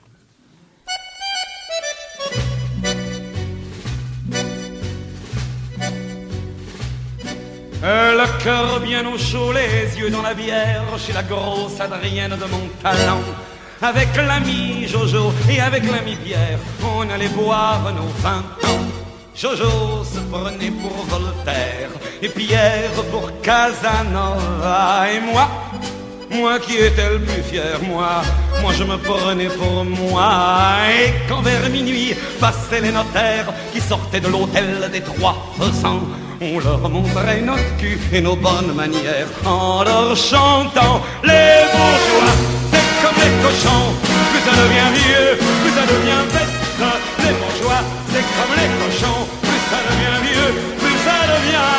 Le cœur bien au chaud, les yeux dans la bière, chez la grosse Adrienne de mon talent. Avec l'ami Jojo et avec l'ami Pierre, on allait boire nos 20 ans. Jojo se prenait pour Voltaire et Pierre pour Casanova. Et moi qui étais le plus fier, moi je me prenais pour moi. Et quand vers minuit passaient les notaires qui sortaient de l'hôtel des Trois Faisans, on leur montrait notre cul et nos bonnes manières en leur chantant les bourgeois, c'est comme les cochons, plus ça devient vieux, plus ça devient bête. Les bourgeois, c'est comme les cochons, plus ça devient vieux, plus ça devient.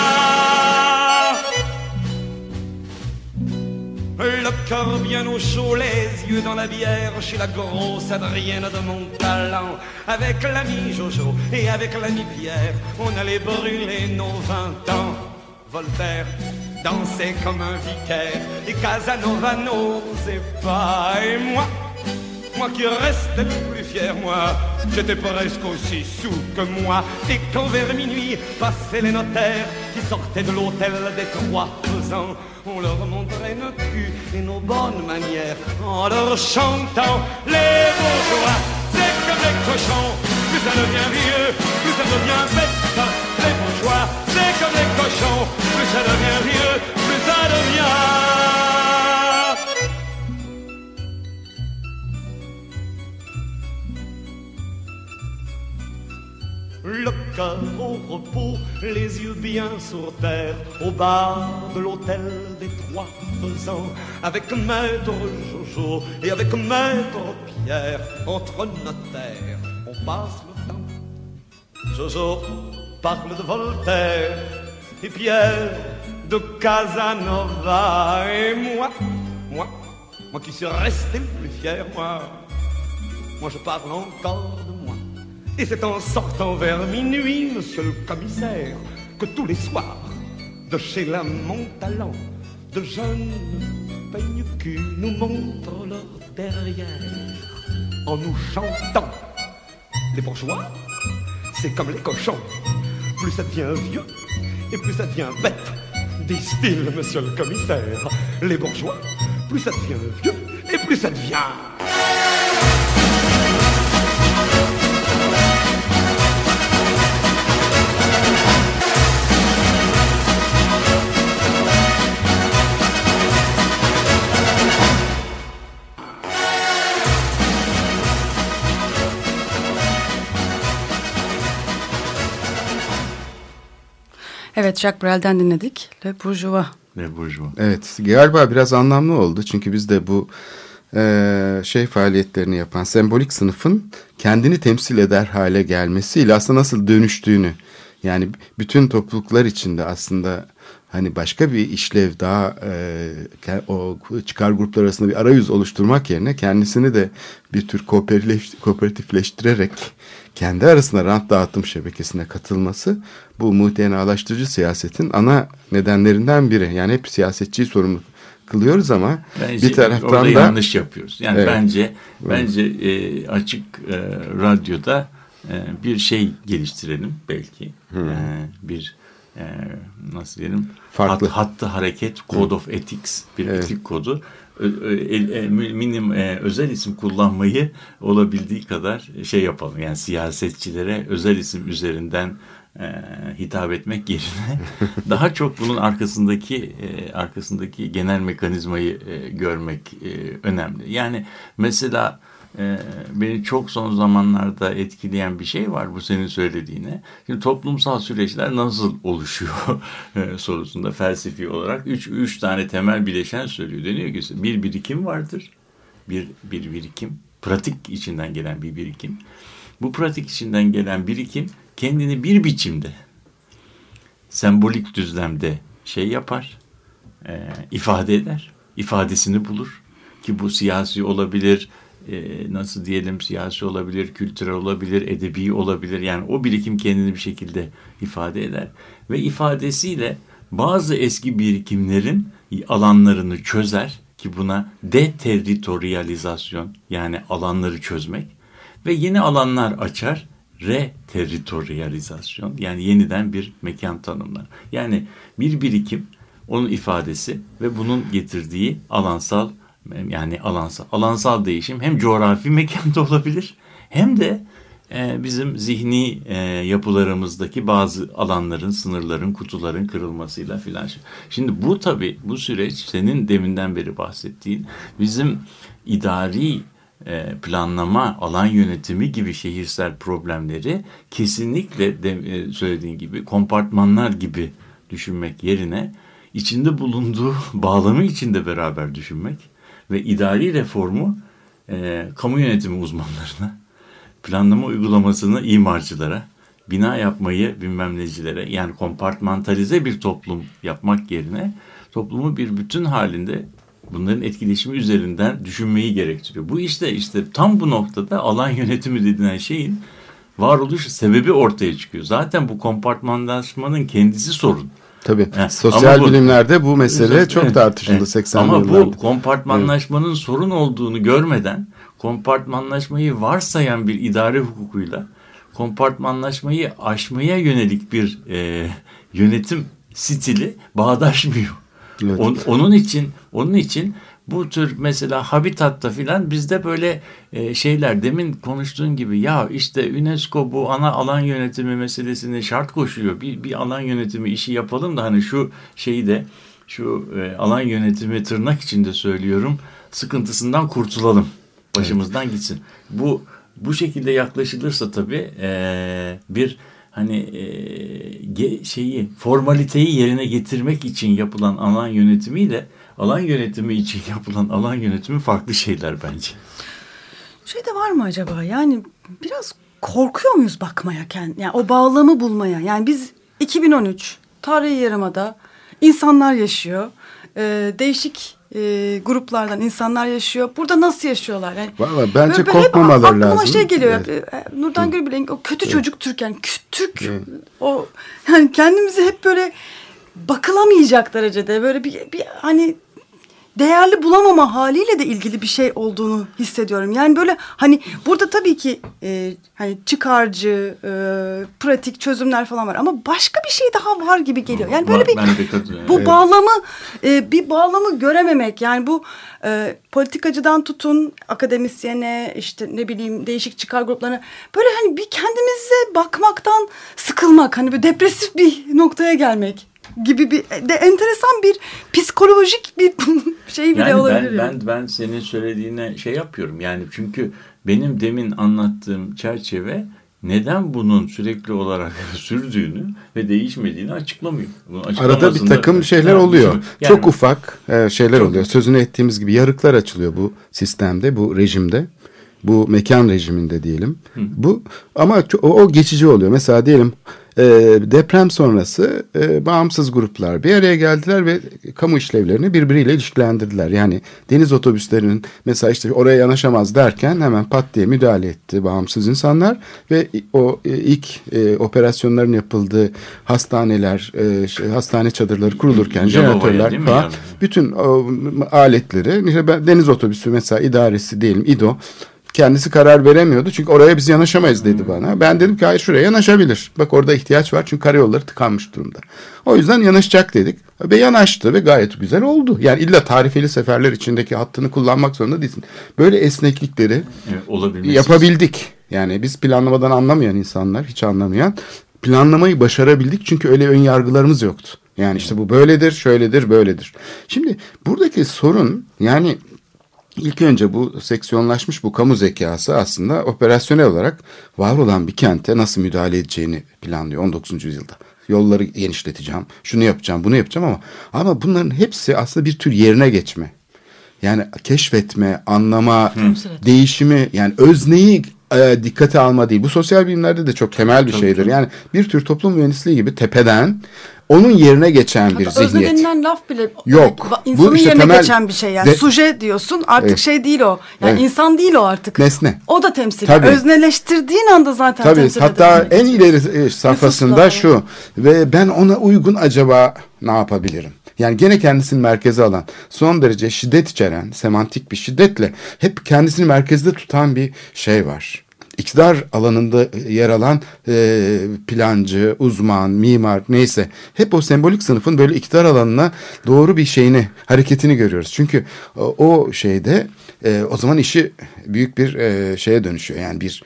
Le cœur bien au chaud, les yeux dans la bière, chez la grosse Adrienne de mon talent. Avec l'ami Jojo et avec l'ami Pierre, on allait brûler nos 20 ans. Voltaire dansait comme un vicaire et Casanova n'osait pas. Et moi qui restais le plus fier, moi, j'étais presque aussi sous que moi. Et quand vers minuit passaient les notaires qui sortaient de l'hôtel des Trois Faisans, on leur montrait notre cul et nos bonnes manières en leur chantant les bourgeois, c'est comme les cochons, plus ça devient vieux, plus ça devient bête. Les bourgeois, c'est comme les cochons, plus ça devient vieux, plus ça devient. Le cœur au repos, les yeux bien sur terre, au bar de l'hôtel des Trois Faisans, avec maître Jojo et avec maître Pierre, entre notaires, on passe le temps. Jojo parle de Voltaire et Pierre de Casanova. Et moi qui suis resté le plus fier, moi je parle encore de moi. Et c'est en sortant vers minuit, monsieur le commissaire, que tous les soirs, de chez la Montalent, de jeunes peigne-cul nous montrent leur derrière, en nous chantant. Les bourgeois, c'est comme les cochons, plus ça devient vieux et plus ça devient bête, disent-ils, monsieur le commissaire. Les bourgeois, plus ça devient vieux et plus ça devient... Evet, Jacques Brel'den dinledik. Le Bourgeois. Le Bourgeois. Evet, galiba biraz anlamlı oldu. Çünkü biz de bu faaliyetlerini yapan sembolik sınıfın kendini temsil eder hale gelmesiyle aslında nasıl dönüştüğünü, yani bütün topluluklar içinde aslında hani başka bir işlev daha o çıkar gruplar arasında bir arayüz oluşturmak yerine kendisini de bir tür kooperatifleştirerek kendi arasında rant dağıtım şebekesine katılması bu muhtenalaştırıcı siyasetin ana nedenlerinden biri. Yani hep siyasetçiyi sorumlu kılıyoruz ama bence bir taraftan orada da yanlış yapıyoruz. Yani evet. bence açık radyoda bir şey geliştirelim belki. Bir nasıl diyelim? Farklı. Hattı hareket, Code of Ethics, bir etik kodu. Özel isim kullanmayı olabildiği kadar şey yapalım. Yani siyasetçilere özel isim üzerinden hitap etmek yerine daha çok bunun arkasındaki genel mekanizmayı görmek önemli. Yani mesela beni çok son zamanlarda etkileyen bir şey var bu senin söylediğine. Şimdi toplumsal süreçler nasıl oluşuyor sorusunda felsefi olarak üç tane temel bileşen söylüyor. Deniyor ki bir birikim vardır. Bir birikim, pratik içinden gelen bir birikim. Bu pratik içinden gelen birikim kendini bir biçimde sembolik düzlemde şey yapar, ifade eder, ifadesini bulur ki bu siyasi olabilir, nasıl diyelim siyasi olabilir, kültürel olabilir, edebi olabilir. Yani o birikim kendini bir şekilde ifade eder ve ifadesiyle bazı eski birikimlerin alanlarını çözer ki buna deterritorializasyon yani alanları çözmek ve yeni alanlar açar. Reterritorializasyon yani yeniden bir mekan tanımlar. Yani bir birikim onun ifadesi ve bunun getirdiği alansal değişim hem coğrafi mekanda olabilir hem de bizim zihni yapılarımızdaki bazı alanların, sınırların, kutuların kırılmasıyla filan. Şimdi bu tabii bu süreç senin deminden beri bahsettiğin bizim idari planlama, alan yönetimi gibi şehirsel problemleri kesinlikle söylediğin gibi kompartmanlar gibi düşünmek yerine içinde bulunduğu bağlamı içinde beraber düşünmek ve idari reformu kamu yönetimi uzmanlarına, planlama uygulamasını imarcılara, bina yapmayı bilmem necilere yani kompartmantalize bir toplum yapmak yerine toplumu bir bütün halinde bunların etkileşimi üzerinden düşünmeyi gerektiriyor. Bu işte tam bu noktada alan yönetimi denilen şeyin varoluş sebebi ortaya çıkıyor. Zaten bu kompartmanlaşmanın kendisi sorun. Tabii. Sosyal bilimlerde bu mesele çok tartışıldı 80'li yıllarda. Ama bu kompartmanlaşmanın sorun olduğunu görmeden kompartmanlaşmayı varsayan bir idare hukukuyla kompartmanlaşmayı aşmaya yönelik bir yönetim stili bağdaşmıyor. Evet. Onun için bu tür mesela habitatta filan bizde böyle şeyler demin konuştuğun gibi ya işte UNESCO bu ana alan yönetimi meselesini şart koşuyor. Bir alan yönetimi işi yapalım da hani şu şeyi de şu alan yönetimi tırnak içinde söylüyorum sıkıntısından kurtulalım. Başımızdan gitsin. Bu şekilde yaklaşılırsa tabii bir formaliteyi yerine getirmek için yapılan alan yönetimiyle alan yönetimi için yapılan alan yönetimi farklı şeyler bence. Şey de var mı acaba? Yani biraz korkuyor muyuz bakmaya yani o bağlamı bulmaya? Yani biz 2013 Tarihi Yarımada insanlar yaşıyor. Değişik gruplardan insanlar yaşıyor. Burada nasıl yaşıyorlar? Yani vallahi bence korkmamaları lazım. Aklıma şey geliyor. Evet. Nurdan Gülbilek'in o kötü çocuk Türk yani Türk o yani kendimizi hep böyle bakılamayacak derecede böyle bir hani değerli bulamama haliyle de ilgili bir şey olduğunu hissediyorum. Yani böyle hani burada tabii ki hani çıkarcı, pratik çözümler falan var ama başka bir şey daha var gibi geliyor. Yani böyle bu bağlamı bir bağlamı görememek. Yani bu politikacıdan tutun akademisyene işte ne bileyim değişik çıkar gruplarına böyle hani bir kendimize bakmaktan sıkılmak hani bir depresif bir noktaya gelmek gibi bir de enteresan bir psikolojik bir şey bile yani olabilir. Ben senin söylediğine şey yapıyorum. Yani çünkü benim demin anlattığım çerçeve neden bunun sürekli olarak sürdüğünü ve değişmediğini açıklamıyor. Arada bir takım şeyler oluyor. Yani, çok ufak şeyler oluyor. Sözünü ettiğimiz gibi yarıklar açılıyor bu sistemde, bu rejimde. Bu mekan rejiminde diyelim. Bu ama o geçici oluyor. Mesela diyelim deprem sonrası bağımsız gruplar bir araya geldiler ve kamu işlevlerini birbiriyle ilişkilendirdiler. Yani deniz otobüslerinin mesela işte oraya yanaşamaz derken hemen pat diye müdahale etti bağımsız insanlar ve o ilk operasyonların yapıldığı hastaneler, hastane çadırları kurulurken jeneratörler falan bütün aletleri işte deniz otobüsü mesela idaresi diyelim İDO kendisi karar veremiyordu. Çünkü oraya biz yanaşamayız dedi bana. Ben dedim ki hayır şuraya yanaşabilir. Bak orada ihtiyaç var çünkü karayolları tıkanmış durumda. O yüzden yanaşacak dedik. Ve yanaştı ve gayet güzel oldu. Yani illa tarifeli seferler içindeki hattını kullanmak zorunda değilsin. Böyle esneklikleri yapabildik. Yani biz planlamadan anlamayan insanlar, hiç anlamayan planlamayı başarabildik. Çünkü öyle ön yargılarımız yoktu. Yani işte bu böyledir, şöyledir, böyledir. Şimdi buradaki sorun yani İlk önce bu seksiyonlaşmış bu kamu zekası aslında operasyonel olarak var olan bir kente nasıl müdahale edeceğini planlıyor 19. yüzyılda. Yolları genişleteceğim, şunu yapacağım, bunu yapacağım ama bunların hepsi aslında bir tür yerine geçme. Yani keşfetme, anlama, değişimi yani özneyi dikkate alma değil. Bu sosyal bilimlerde de çok temel bir şeydir. Yani bir tür toplum mühendisliği gibi tepeden onun yerine geçen bir zihniyet. Özne denilen laf bile yok. İnsanın işte yerine geçen bir şey yani. Suje diyorsun artık şey değil o. Yani insan değil o artık. Nesne. O da temsil. Tabii. Özneleştirdiğin anda zaten temsil eder. Hatta en ileri safhasında şu ve ben ona uygun acaba ne yapabilirim? Yani gene kendisini merkeze alan, son derece şiddet içeren, semantik bir şiddetle hep kendisini merkezde tutan bir şey var. İktidar alanında yer alan plancı, uzman, mimar neyse hep o sembolik sınıfın böyle iktidar alanına doğru bir şeyini, hareketini görüyoruz. Çünkü o şeyde o zaman işi büyük bir şeye dönüşüyor. Yani bir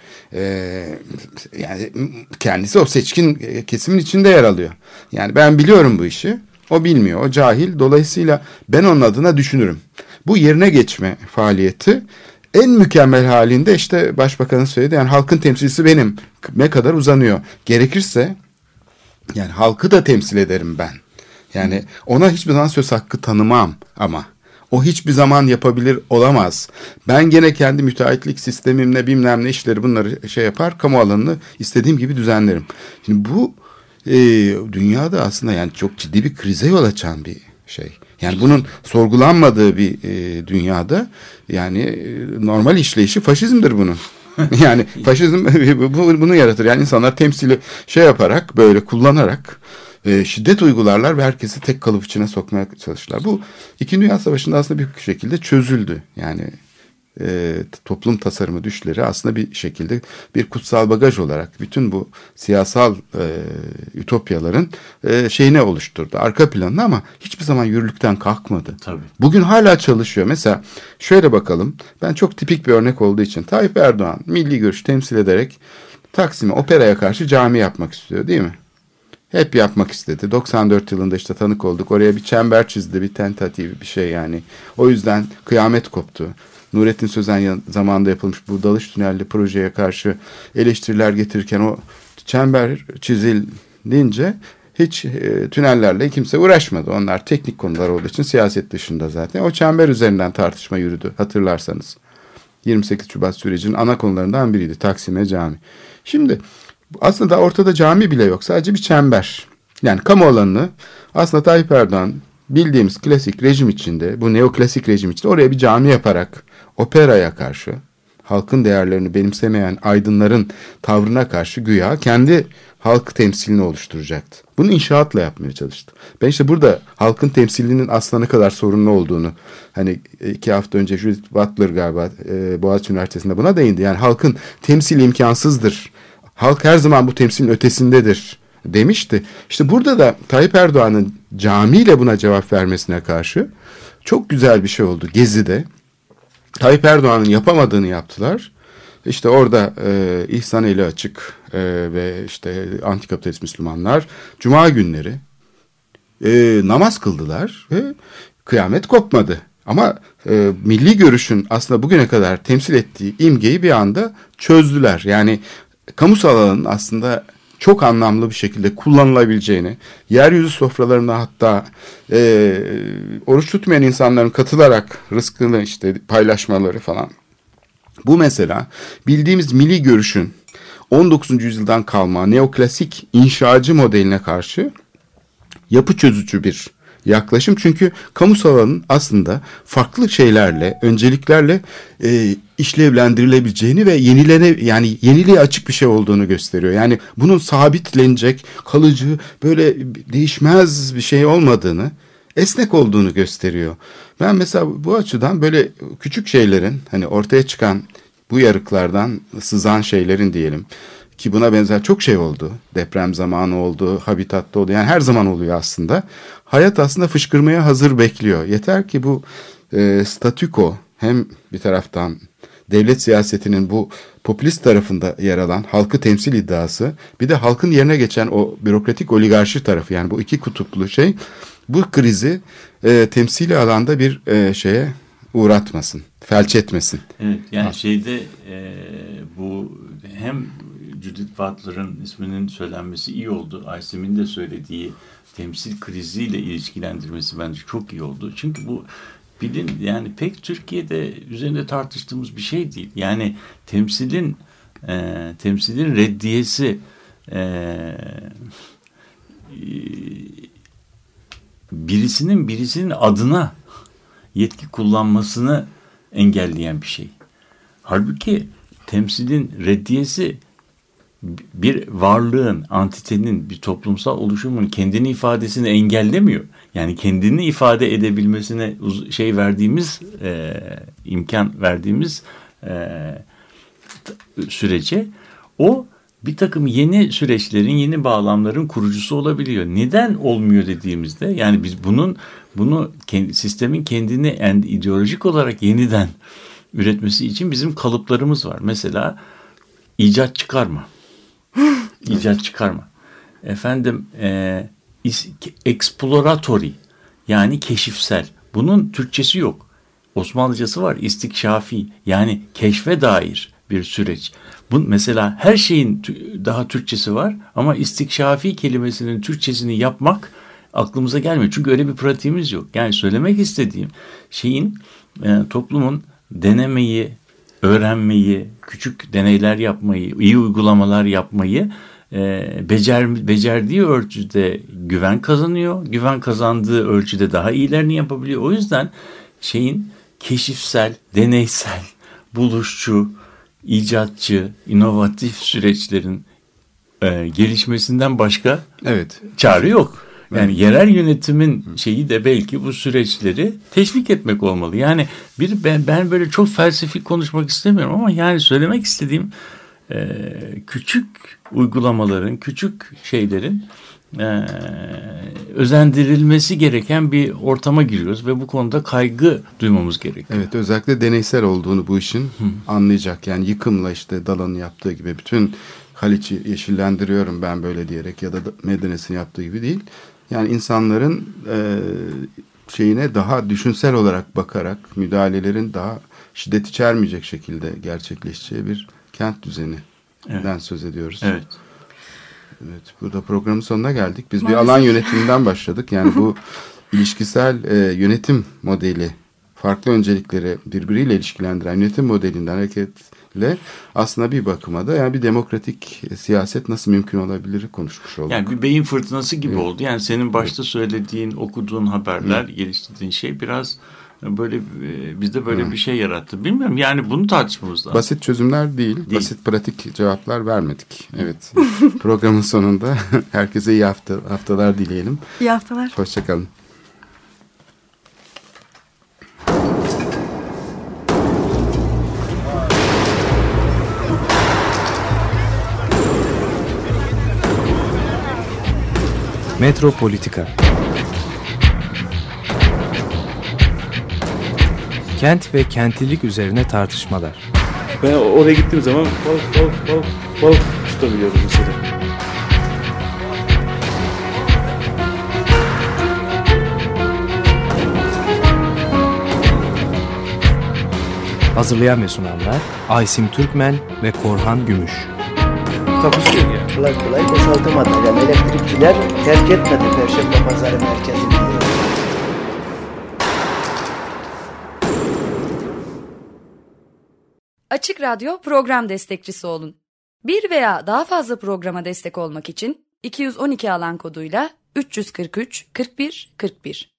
yani kendisi o seçkin kesimin içinde yer alıyor. Yani ben biliyorum bu işi. O bilmiyor, o cahil. Dolayısıyla ben onun adına düşünürüm. Bu yerine geçme faaliyeti en mükemmel halinde işte başbakanın söyledi. Yani halkın temsilcisi benim. Ne kadar uzanıyor. Gerekirse yani halkı da temsil ederim ben. Yani ona hiçbir zaman söz hakkı tanımam ama o hiçbir zaman yapabilir olamaz. Ben gene kendi müteahhitlik sistemimle bilmem ne işleri bunları şey yapar. Kamu alanını istediğim gibi düzenlerim. Şimdi bu dünyada aslında yani çok ciddi bir krize yol açan bir şey. Yani bunun sorgulanmadığı bir dünyada yani normal işleyişi faşizmdir bunun. Yani faşizm bunu yaratır. Yani insanlar temsili şey yaparak böyle kullanarak şiddet uygularlar ve herkesi tek kalıp içine sokmaya çalışırlar. Bu İkinci Dünya Savaşı'nda aslında bir şekilde çözüldü. Yani toplum tasarımı düşleri aslında bir şekilde bir kutsal bagaj olarak bütün bu siyasal ütopyaların şeyini oluşturdu. Arka planını ama hiçbir zaman yürürlükten kalkmadı. Tabii. Bugün hala çalışıyor. Mesela şöyle bakalım. Ben çok tipik bir örnek olduğu için Tayyip Erdoğan milli görüş temsil ederek Taksim'e operaya karşı cami yapmak istiyor değil mi? Hep yapmak istedi. 94 yılında işte tanık olduk. Oraya bir çember çizdi. Bir tentatif bir şey yani. O yüzden kıyamet koptu. Nurettin Sözen zamanında yapılmış bu dalış tünelli projeye karşı eleştiriler getirirken o çember çizilince hiç tünellerle kimse uğraşmadı. Onlar teknik konular olduğu için siyaset dışında zaten. O çember üzerinden tartışma yürüdü hatırlarsanız. 28 Şubat sürecinin ana konularından biriydi. Taksim'e cami. Şimdi aslında ortada cami bile yok. Sadece bir çember. Yani kamu alanını aslında Tayyip Erdoğan bildiğimiz klasik rejim içinde, bu neoklasik rejim içinde oraya bir cami yaparak operaya karşı, halkın değerlerini benimsemeyen aydınların tavrına karşı güya kendi halk temsilini oluşturacaktı. Bunu inşaatla yapmaya çalıştı. Ben işte burada halkın temsilinin aslında ne kadar sorunlu olduğunu, hani 2 hafta önce Judith Butler galiba Boğaziçi Üniversitesi'nde buna değindi. Yani halkın temsili imkansızdır. Halk her zaman bu temsilin ötesindedir demişti. İşte burada da Tayyip Erdoğan'ın camiyle buna cevap vermesine karşı çok güzel bir şey oldu Gezi'de. Tayyip Erdoğan'ın yapamadığını yaptılar. İşte orada İhsan Eli Açık ve işte antikapitalist Müslümanlar Cuma günleri namaz kıldılar ve kıyamet kopmadı. Ama milli görüşün aslında bugüne kadar temsil ettiği imgeyi bir anda çözdüler. Yani kamusal alanın aslında çok anlamlı bir şekilde kullanılabileceğini, yeryüzü sofralarına hatta oruç tutmayan insanların katılarak rızkını işte paylaşmaları falan. Bu mesela bildiğimiz milli görüşün 19. yüzyıldan kalma neoklasik inşacı modeline karşı yapı çözücü bir yaklaşım. Çünkü kamusal alanın aslında farklı şeylerle, önceliklerle işlevlendirilebileceğini ve yani yeniliğe açık bir şey olduğunu gösteriyor. Yani bunun sabitlenecek, kalıcı, böyle değişmez bir şey olmadığını, esnek olduğunu gösteriyor. Ben mesela bu açıdan böyle küçük şeylerin, hani ortaya çıkan bu yarıklardan sızan şeylerin diyelim ki buna benzer çok şey oldu. Deprem zamanı oldu, habitatta oldu. Yani her zaman oluyor aslında. Hayat aslında fışkırmaya hazır bekliyor. Yeter ki bu statüko hem bir taraftan devlet siyasetinin bu popülist tarafında yer alan halkı temsil iddiası, bir de halkın yerine geçen o bürokratik oligarşi tarafı, yani bu iki kutuplu şey bu krizi temsili alanda bir şeye uğratmasın, felç etmesin. Evet, yani bu hem Judith Butler'ın isminin söylenmesi iyi oldu. Aysem'in de söylediği temsil kriziyle ilişkilendirmesi bence çok iyi oldu. Çünkü bu yani pek Türkiye'de üzerinde tartıştığımız bir şey değil. Yani temsilin reddiyesi birisinin adına yetki kullanmasını engelleyen bir şey. Halbuki temsilin reddiyesi bir varlığın, antitenin, bir toplumsal oluşumun kendini ifadesini engellemiyor. Yani kendini ifade edebilmesine imkan verdiğimiz sürece o bir takım yeni süreçlerin, yeni bağlamların kurucusu olabiliyor. Neden olmuyor dediğimizde, yani biz bunu sistemin kendini ideolojik olarak yeniden üretmesi için bizim kalıplarımız var. Mesela icat çıkarma. İcat çıkarma. Exploratory, yani keşifsel. Bunun Türkçesi yok. Osmanlıcası var, istikşafi, yani keşfe dair bir süreç. Mesela her şeyin daha Türkçesi var ama istikşafi kelimesinin Türkçesini yapmak aklımıza gelmiyor. Çünkü öyle bir pratiğimiz yok. Yani söylemek istediğim şeyin toplumun denemeyi, öğrenmeyi, küçük deneyler yapmayı, iyi uygulamalar yapmayı becerdiği ölçüde güven kazanıyor. Güven kazandığı ölçüde daha iyilerini yapabiliyor. O yüzden keşifsel, deneysel, buluşçu, icatçı, inovatif süreçlerin gelişmesinden başka çare yok. Yani yerel yönetimin şeyi de belki bu süreçleri teşvik etmek olmalı. Yani ben böyle çok felsefi konuşmak istemiyorum ama yani söylemek istediğim küçük uygulamaların, küçük şeylerin özendirilmesi gereken bir ortama giriyoruz ve bu konuda kaygı duymamız gerekiyor. Evet, özellikle deneysel olduğunu bu işin anlayacak. Yani yıkımla işte Dalan'ın yaptığı gibi bütün Haliç'i yeşillendiriyorum ben böyle diyerek ya da Medeniyet'in yaptığı gibi değil. Yani insanların şeyine daha düşünsel olarak bakarak müdahalelerin daha şiddet içermeyecek şekilde gerçekleşeceği bir kent düzeninden söz ediyoruz. Evet. Evet, burada programın sonuna geldik. Biz bir alan yönetiminden başladık. Yani bu ilişkisel yönetim modeli, farklı öncelikleri birbiriyle ilişkilendiren yönetim modelinden hareketle aslında bir bakıma da yani bir demokratik siyaset nasıl mümkün olabilir konuşmuş olduk. Yani bir beyin fırtınası gibi oldu. Yani senin başta söylediğin, okuduğun haberler, geliştirdiğin şey biraz böyle bizde böyle bir şey yarattı. Bilmiyorum, yani bunu tartışmamız lazım. Basit çözümler değil, basit pratik cevaplar vermedik. Evet. Programın sonunda herkese iyi haftalar dileyelim. İyi haftalar. Hoşçakalın. Metropolitika. Kent ve kentlilik üzerine tartışmalar. Ben oraya gittiğim zaman balık tutabiliyorum mesela. Hazırlayan ve sunanlar Aysim Türkmen ve Korhan Gümüş. takusu yok yani. Kolay kolay boşaltamadı. Yani elektrikçiler terk etmedi Perşembe Pazarı merkezini. Açık Radyo program destekçisi olun. Bir veya daha fazla programa destek olmak için 212 alan koduyla 343 41 41